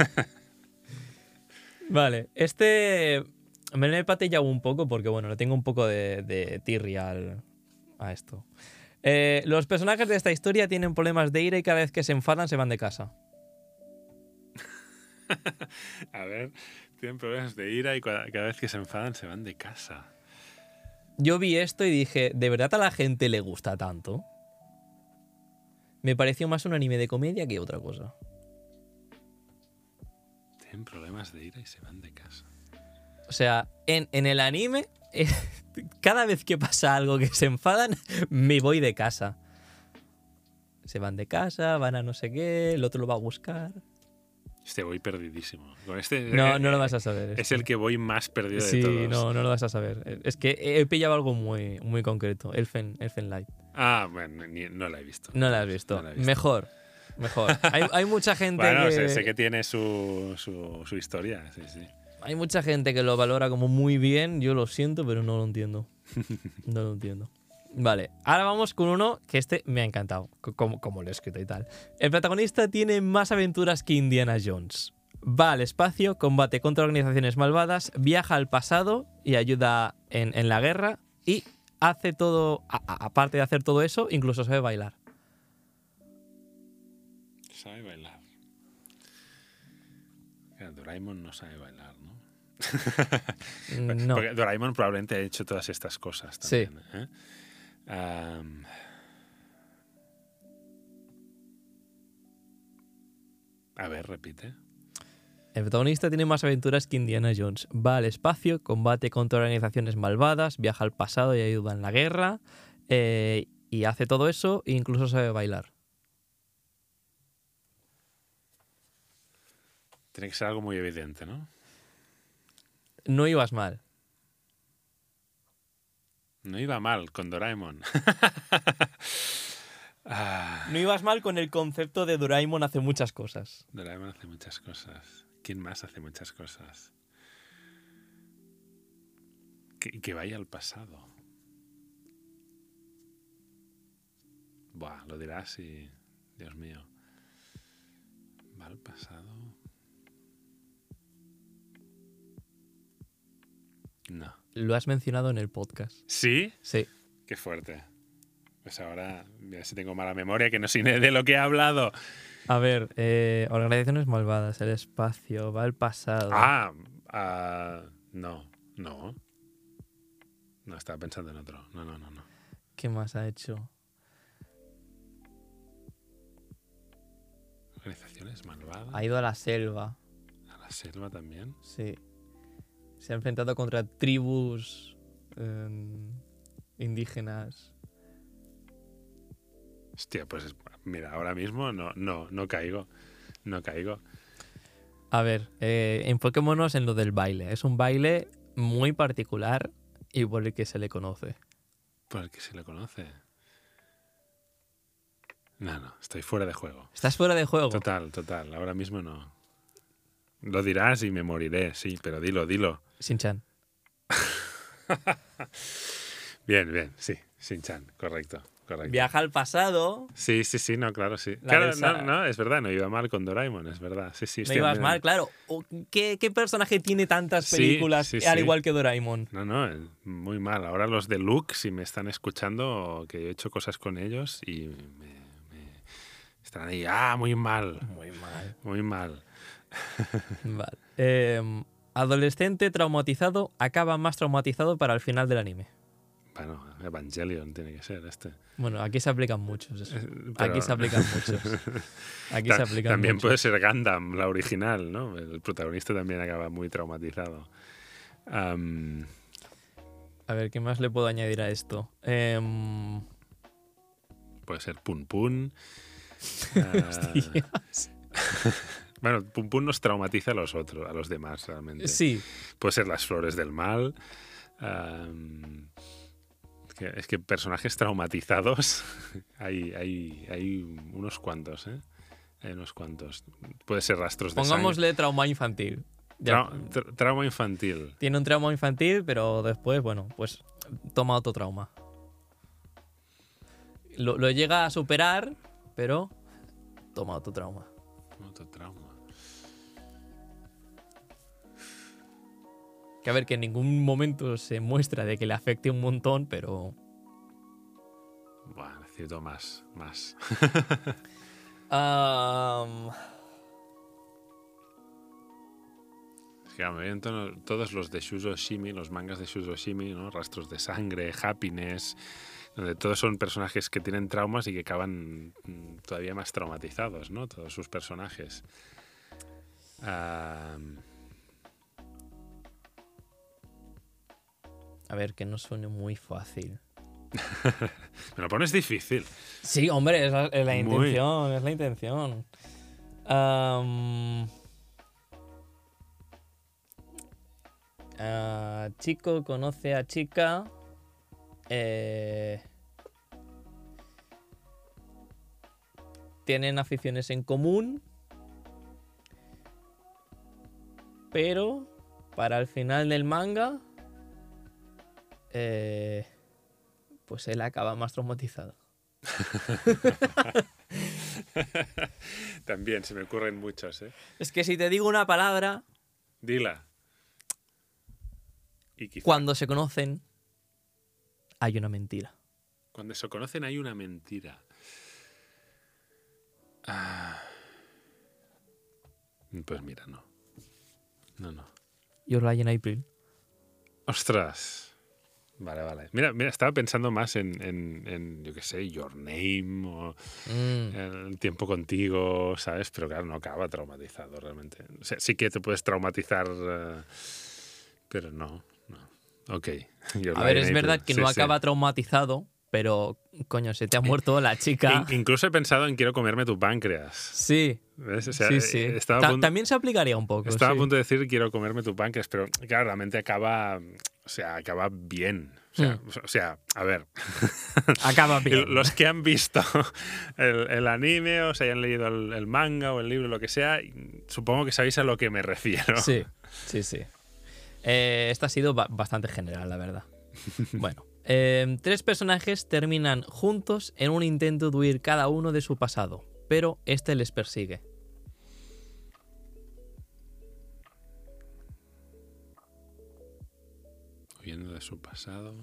Vale, me lo he patillado un poco porque, bueno, le tengo un poco de tirria a esto. Los personajes de esta historia tienen problemas de ira y cada vez que se enfadan se van de casa. A ver, tienen problemas de ira y cada vez que se enfadan se van de casa. Yo vi esto y dije, ¿de verdad a la gente le gusta tanto? Me pareció más un anime de comedia que otra cosa. Tienen problemas de ira y se van de casa. O sea, en el anime, cada vez que pasa algo que se enfadan, me voy de casa. Se van de casa, van a no sé qué, el otro lo va a buscar. Voy perdidísimo. Con no lo vas a saber. Es el que voy más perdido sí, de todos. Sí, no lo vas a saber. Es que he pillado algo muy, muy concreto. Elfen Light. Bueno, no la he visto. No la has visto. Mejor. Hay mucha gente bueno, que... sé que tiene su historia, sí. Hay mucha gente que lo valora como muy bien. Yo lo siento, pero no lo entiendo. No lo entiendo. Vale, ahora vamos con uno que me ha encantado, como lo he escrito y tal. El protagonista tiene más aventuras que Indiana Jones. Va al espacio, combate contra organizaciones malvadas, viaja al pasado y ayuda en la guerra y hace todo, aparte de hacer todo eso, incluso sabe bailar. Sabe bailar. Doraemon no sabe bailar, ¿no? No. Porque Doraemon probablemente ha hecho todas estas cosas también. Sí. ¿Eh? A ver, repite. El protagonista tiene más aventuras que Indiana Jones. Va al espacio, combate contra organizaciones malvadas, viaja al pasado y ayuda en la guerra. Y hace todo eso e incluso sabe bailar. Tiene que ser algo muy evidente, ¿no? No ibas mal. No iba mal con Doraemon. No ibas mal con el concepto de Doraemon hace muchas cosas. Doraemon hace muchas cosas. ¿Quién más hace muchas cosas? Que vaya al pasado. Buah, lo dirás y... Dios mío. Va al pasado... No. Lo has mencionado en el podcast. ¿Sí? Sí. Qué fuerte. Pues ahora, mira si tengo mala memoria, que no sé de lo que he hablado. A ver, organizaciones malvadas, el espacio, va al pasado. No. No, estaba pensando en otro. No. ¿Qué más ha hecho? Organizaciones malvadas. Ha ido a la selva. A la selva también. Sí. Se ha enfrentado contra tribus indígenas. Hostia, pues mira, ahora mismo no caigo. No caigo. A ver, enfoquémonos en lo del baile. Es un baile muy particular y por el que se le conoce. ¿Por qué se le conoce? No, estoy fuera de juego. ¿Estás fuera de juego? Total. Ahora mismo no. Lo dirás y me moriré, sí, pero dilo. Shin-chan. Bien, sí, Shin-chan, correcto. Viaja al pasado. Sí, no, claro, sí. La Claro, del no, es verdad, no iba mal con Doraemon, es verdad. Sí, No ibas mal, claro. ¿Qué personaje tiene tantas películas Sí. al igual que Doraemon? No, muy mal. Ahora los de Luke, si me están escuchando, que he hecho cosas con ellos y me están ahí, muy mal. Muy mal. Vale. Adolescente traumatizado acaba más traumatizado para el final del anime. Bueno, Evangelion tiene que ser este. Bueno, aquí se aplican muchos. Eso. Pero... Aquí se aplican muchos. También puede ser Gundam, la original, ¿no? El protagonista también acaba muy traumatizado. A ver, ¿qué más le puedo añadir a esto? Puede ser Pun Pun. Bueno, Pun Pun nos traumatiza a los otros, a los demás realmente. Sí. Puede ser Las Flores del Mal. Es que personajes traumatizados hay unos cuantos, ¿eh? Hay unos cuantos. Puede ser Rastros de Pongámosle Sangre. trauma infantil. Trauma infantil. Tiene un trauma infantil, pero después, bueno, pues toma otro trauma. Lo llega a superar, pero toma otro trauma. Otro trauma. Que a ver, que en ningún momento se muestra de que le afecte un montón, pero... Bueno, necesito más. Es que claro, me vienen todos los de Shuzo Oshimi, los mangas de Shuzo Oshimi, ¿no? Rastros de Sangre, Happiness, donde todos son personajes que tienen traumas y que acaban todavía más traumatizados, ¿no? Todos sus personajes. A ver, que no suene muy fácil. Me lo pones difícil. Sí, hombre, es la intención, es la intención. Chico conoce a chica. Tienen aficiones en común. Pero para el final del manga, pues él acaba más traumatizado. También se me ocurren muchos, ¿eh? Es que si te digo una palabra... Dila. Y quizá... Cuando se conocen, hay una mentira. Cuando se conocen hay una mentira. Pues mira, no. No. Your Lie in April. Ostras. Vale. Mira, estaba pensando más en yo qué sé, Your Name o El tiempo contigo, ¿sabes? Pero claro, no acaba traumatizado realmente. O sea, sí que te puedes traumatizar, pero no. Ok. A ver, es verdad que no acaba traumatizado, pero, coño, se te ha muerto la chica. Incluso he pensado en Quiero comerme tu páncreas. Sí. ¿Ves? O sea, Sí, sí. También se aplicaría un poco. Estaba sí. a punto de decir quiero comerme tu páncreas, pero claro, realmente acaba bien. O sea, a ver. Acaba bien. Los que han visto el anime o se hayan leído el manga o el libro, lo que sea, supongo que sabéis a lo que me refiero. Sí, sí, sí. Esta ha sido bastante general, la verdad. Bueno, 3 personajes terminan juntos en un intento de huir cada uno de su pasado, pero este les persigue. Huyendo de su pasado.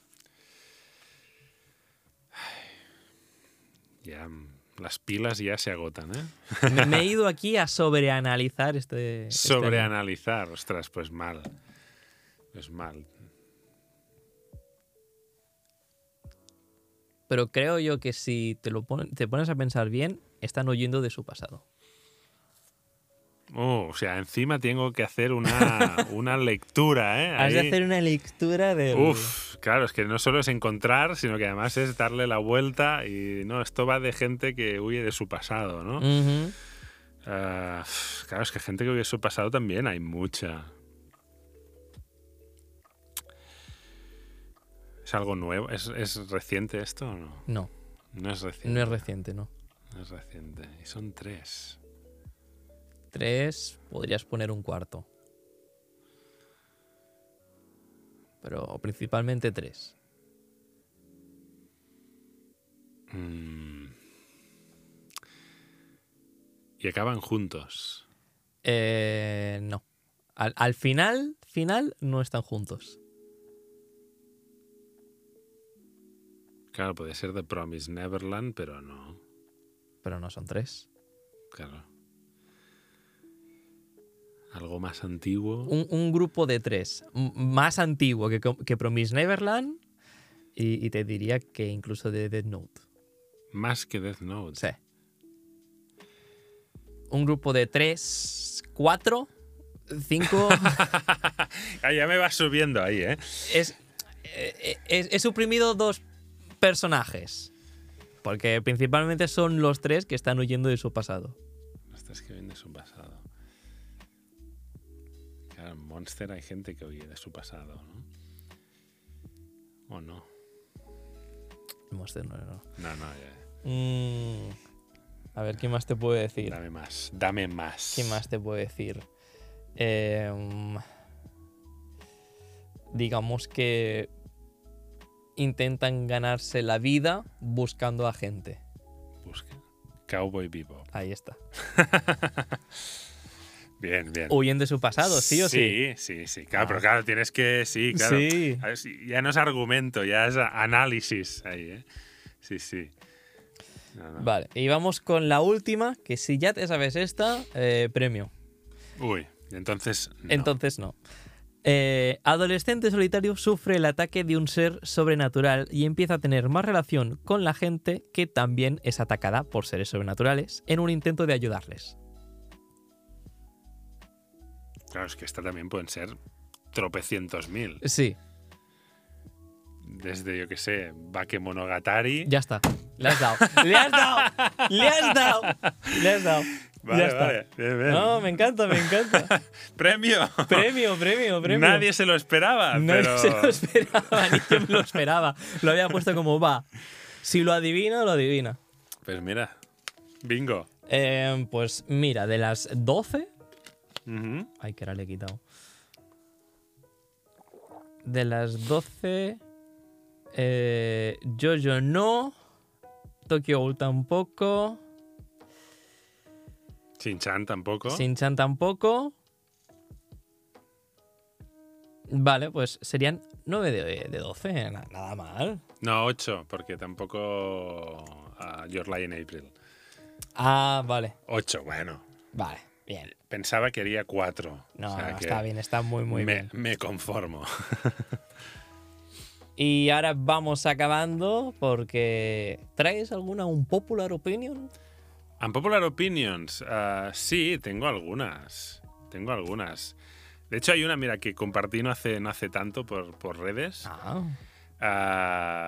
Ya, las pilas ya se agotan, ¿eh? Me he ido aquí a sobreanalizar este Sobreanalizar, ostras, pues mal. Pues mal. Pero creo yo que si te pones a pensar bien, están huyendo de su pasado. O sea, encima tengo que hacer una lectura, ¿eh? Has de Ahí. hacer una lectura de... Uf, claro, es que no solo es encontrar, sino que además es darle la vuelta y no, esto va de gente que huye de su pasado, ¿no? Ujú. Claro, es que gente que huye de su pasado también hay mucha. ¿Es algo nuevo? ¿Es reciente esto o no? No, No es reciente. no es reciente, no. No es reciente. Y son 3. 3, podrías poner un cuarto. Pero principalmente 3. Y acaban juntos. No. Al final no están juntos. Claro, puede ser The Promised Neverland, pero no. Pero no son 3. Claro. Algo más antiguo. Un grupo de 3. Más antiguo que Promise Neverland. Y te diría que incluso de Death Note. Más que Death Note. Sí. Un grupo de 3, 4, 5. Ya me vas subiendo ahí, ¿eh? He suprimido 2 personajes. Porque principalmente son los 3 que están huyendo de su pasado. Los 3 que vienen de su pasado. Claro, en Monster hay gente que huye de su pasado, ¿no? ¿O no? Monster no. No, ya. A ver, ¿qué más te puedo decir? Dame más. Dame más. ¿Qué más te puedo decir? Digamos que intentan ganarse la vida buscando a gente. Busca. Cowboy Bebop. Ahí está. Bien, bien. Huyen de su pasado, sí o sí. Sí. Claro, pero claro, tienes que... Sí, claro. Sí. A ver, ya no es argumento, ya es análisis ahí, ¿eh? Sí. No. Vale, y vamos con la última, que si ya te sabes esta, premio. Uy, entonces no. Entonces no. Adolescente solitario sufre el ataque de un ser sobrenatural y empieza a tener más relación con la gente que también es atacada por seres sobrenaturales en un intento de ayudarles. Claro, es que esta también pueden ser tropecientos mil. Sí, Desde, yo qué sé, Bakemonogatari. ya está. Le has dado. ¡Le has dado! Vale, Ya está. vale. Bien. No, me encanta. ¡Premio! Premio. Nadie se lo esperaba, Nadie pero... se lo esperaba, ni yo me lo esperaba. Lo había puesto como va. Si lo adivina, lo adivina. Pues mira, bingo. Pues mira, de las 12... Ujú. Ay, que ahora le he quitado. De las 12... Jojo no. Tokyo Ghoul tampoco. Shin-chan tampoco. Shin-chan tampoco. Vale, pues serían 9 de 12. Nada mal. No, 8, porque tampoco Your Lie in April. Ah, vale. 8, bueno. Vale, bien. Pensaba que haría 4. No, o sea que está bien, está muy bien. Me conformo. Y ahora vamos acabando porque... ¿Traes alguna unpopular opinion? Unpopular opinions. Sí, tengo algunas. De hecho, hay una, mira, que compartí no hace tanto por redes.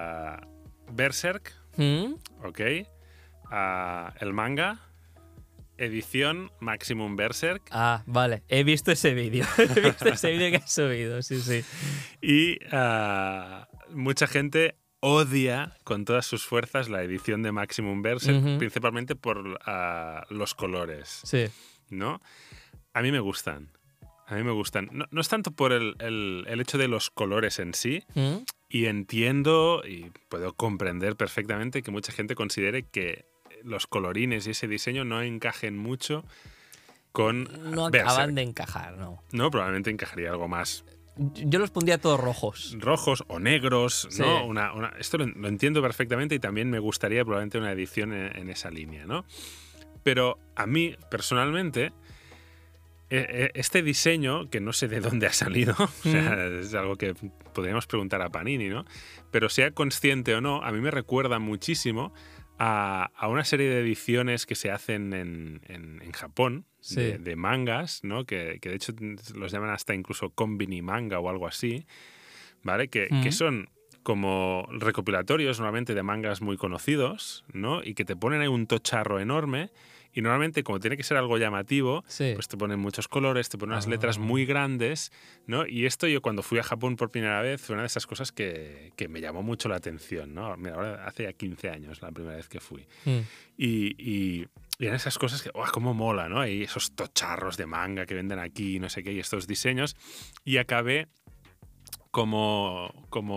Berserk, ¿Mm? ok. El manga. edición Maximum Berserk. Ah, vale. He visto ese vídeo. He visto ese vídeo que has subido, sí, sí. Y mucha gente odia con todas sus fuerzas la edición de Maximum Berserk, principalmente por los colores. Sí. ¿No? A mí me gustan. A mí me gustan. No es tanto por el hecho de los colores en sí, y entiendo y puedo comprender perfectamente que mucha gente considere que los colorines y ese diseño no encajen mucho con No Berserk. acaban de encajar, ¿no? No, probablemente encajaría algo más Yo los pondría todos rojos. rojos o negros, Sí. ¿no? Esto lo entiendo perfectamente y también me gustaría probablemente una edición en esa línea, ¿no? Pero a mí, personalmente, este diseño, que no sé de dónde ha salido, o sea, es algo que podríamos preguntar a Panini, ¿no? Pero sea consciente o no, a mí me recuerda muchísimo a una serie de ediciones que se hacen en Japón, Sí. de mangas, ¿no? Que de hecho los llaman hasta incluso Konbini manga o algo así, ¿vale? Que son como recopilatorios normalmente de mangas muy conocidos, ¿no? Y que te ponen ahí un tocharro enorme. Y normalmente, como tiene que ser algo llamativo, Sí. pues te ponen muchos colores, te ponen unas letras muy grandes, ¿no? Y esto yo cuando fui a Japón por primera vez fue una de esas cosas que me llamó mucho la atención, ¿no? Mira, ahora hace ya 15 años la primera vez que fui. Y eran esas cosas que, ¡oh, cómo mola!, ¿no? Y esos tocharros de manga que venden aquí, no sé qué, y estos diseños. Y acabé como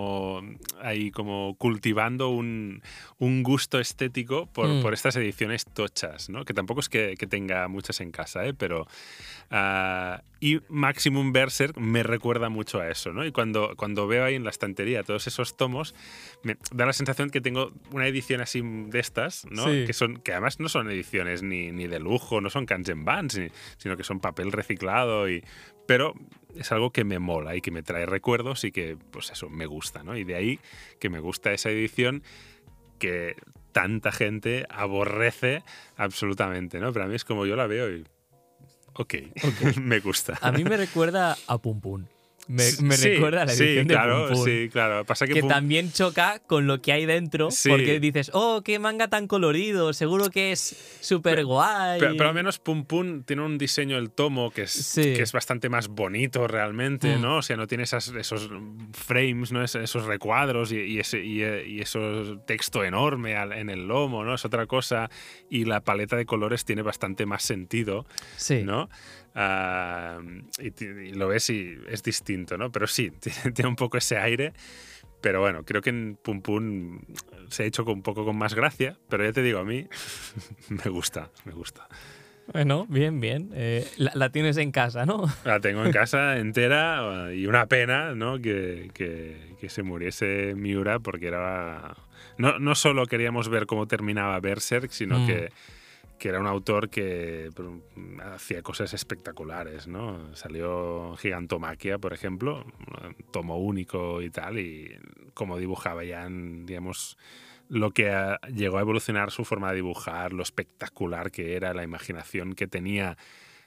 cultivando un gusto estético por estas ediciones tochas, ¿no? Que tampoco es que tenga muchas en casa, pero y Maximum Berserk me recuerda mucho a eso, ¿no? Y cuando veo ahí en la estantería todos esos tomos, me da la sensación que tengo una edición así de estas, ¿no? Sí. Que además no son ediciones ni de lujo, no son Kanzenbans, sino que son papel reciclado pero es algo que me mola y que me trae recuerdos y que, pues eso, me gusta, ¿no? Y de ahí que me gusta esa edición que tanta gente aborrece absolutamente, ¿no? Pero a mí es como yo la veo y... Ok. Me gusta. A mí me recuerda a Pum Pum. Me Sí, recuerda a la edición de Pum Pum. Sí, claro. Pasa Que también choca con lo que hay dentro, Sí. porque dices, oh, qué manga tan colorido, seguro que es súper guay. Pero al menos Pum Pum tiene un diseño, el tomo, que es bastante más bonito realmente, ¿no? O sea, no tiene esos frames, ¿no? Esos recuadros y esos texto enorme en el lomo, ¿no? Es otra cosa. Y la paleta de colores tiene bastante más sentido, Sí. ¿no? Y lo ves y es distinto, ¿no? Pero sí, tiene un poco ese aire. Pero bueno, creo que en Pum Pum se ha hecho un poco con más gracia, pero ya te digo, a mí me gusta. Bueno, bien. La tienes en casa, ¿no? La tengo en casa entera y una pena, ¿no? que se muriese Miura, porque era... No solo queríamos ver cómo terminaba Berserk, sino que era un autor que hacía cosas espectaculares, ¿no? Salió Gigantomaquia, por ejemplo, tomo único y tal, y como dibujaba ya, digamos, lo que llegó a evolucionar su forma de dibujar, lo espectacular que era, la imaginación que tenía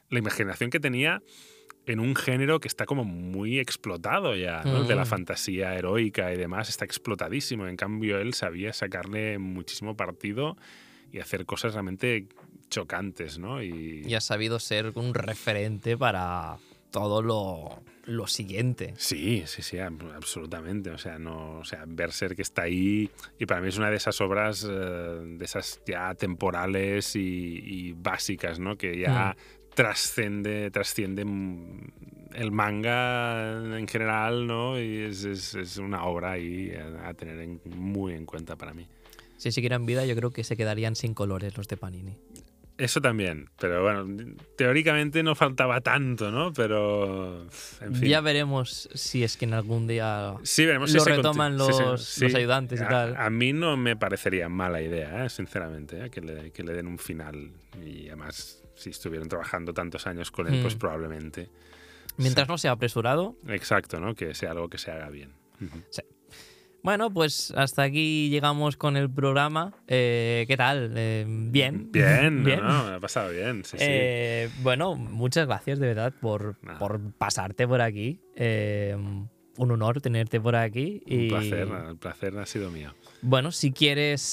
en un género que está como muy explotado ya, ¿no? De la fantasía heroica y demás, está explotadísimo. En cambio, él sabía sacarle muchísimo partido y hacer cosas realmente chocantes, ¿no? Y ha sabido ser un referente para todo lo siguiente. Sí, absolutamente. O sea, Berserk está ahí y para mí es una de esas obras de esas ya temporales y básicas, ¿no? Que ya trasciende el manga en general, ¿no? Y es una obra ahí a tener muy en cuenta para mí. Si siguieran vida, yo creo que se quedarían sin colores los de Panini. Eso también, pero bueno, teóricamente no faltaba tanto, ¿no? Pero, en fin. Ya veremos si es que en algún día veremos lo si retoman los ayudantes y tal. A mí no me parecería mala idea, sinceramente, que le den un final. Y además, si estuvieron trabajando tantos años con él, pues probablemente. Mientras no sea apresurado. Exacto, ¿no? Que sea algo que se haga bien. Sí. Bueno, pues hasta aquí llegamos con el programa. ¿Qué tal? Bien. Bien. No, me ha pasado bien. Sí. Bueno, muchas gracias de verdad por pasarte por aquí. Un honor tenerte por aquí. Un placer, el placer ha sido mío. Bueno, si quieres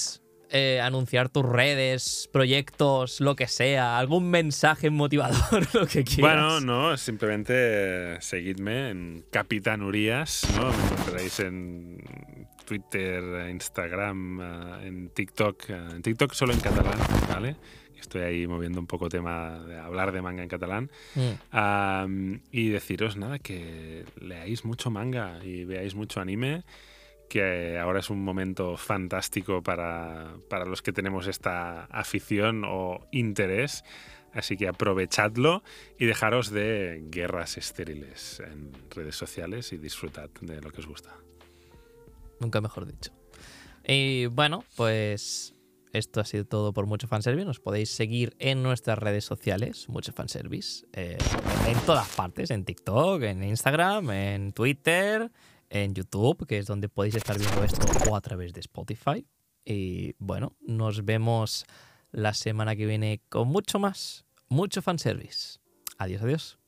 anunciar tus redes, proyectos, lo que sea, algún mensaje motivador, lo que quieras. Bueno, no, simplemente seguidme en Capitán Urias, ¿no? Me encontraréis en Twitter, Instagram, en TikTok. En TikTok solo en catalán, ¿vale? Estoy ahí moviendo un poco tema de hablar de manga en catalán. Y deciros, nada, que leáis mucho manga y veáis mucho anime, que ahora es un momento fantástico para los que tenemos esta afición o interés. Así que aprovechadlo y dejaros de guerras estériles en redes sociales y disfrutad de lo que os gusta. Nunca mejor dicho. Y bueno, pues esto ha sido todo por Mucho Fanservice. Nos podéis seguir en nuestras redes sociales, Mucho Fanservice, en todas partes, en TikTok, en Instagram, en Twitter, en YouTube, que es donde podéis estar viendo esto, o a través de Spotify. Y bueno, nos vemos la semana que viene con mucho más, Mucho Fanservice. Adiós, adiós.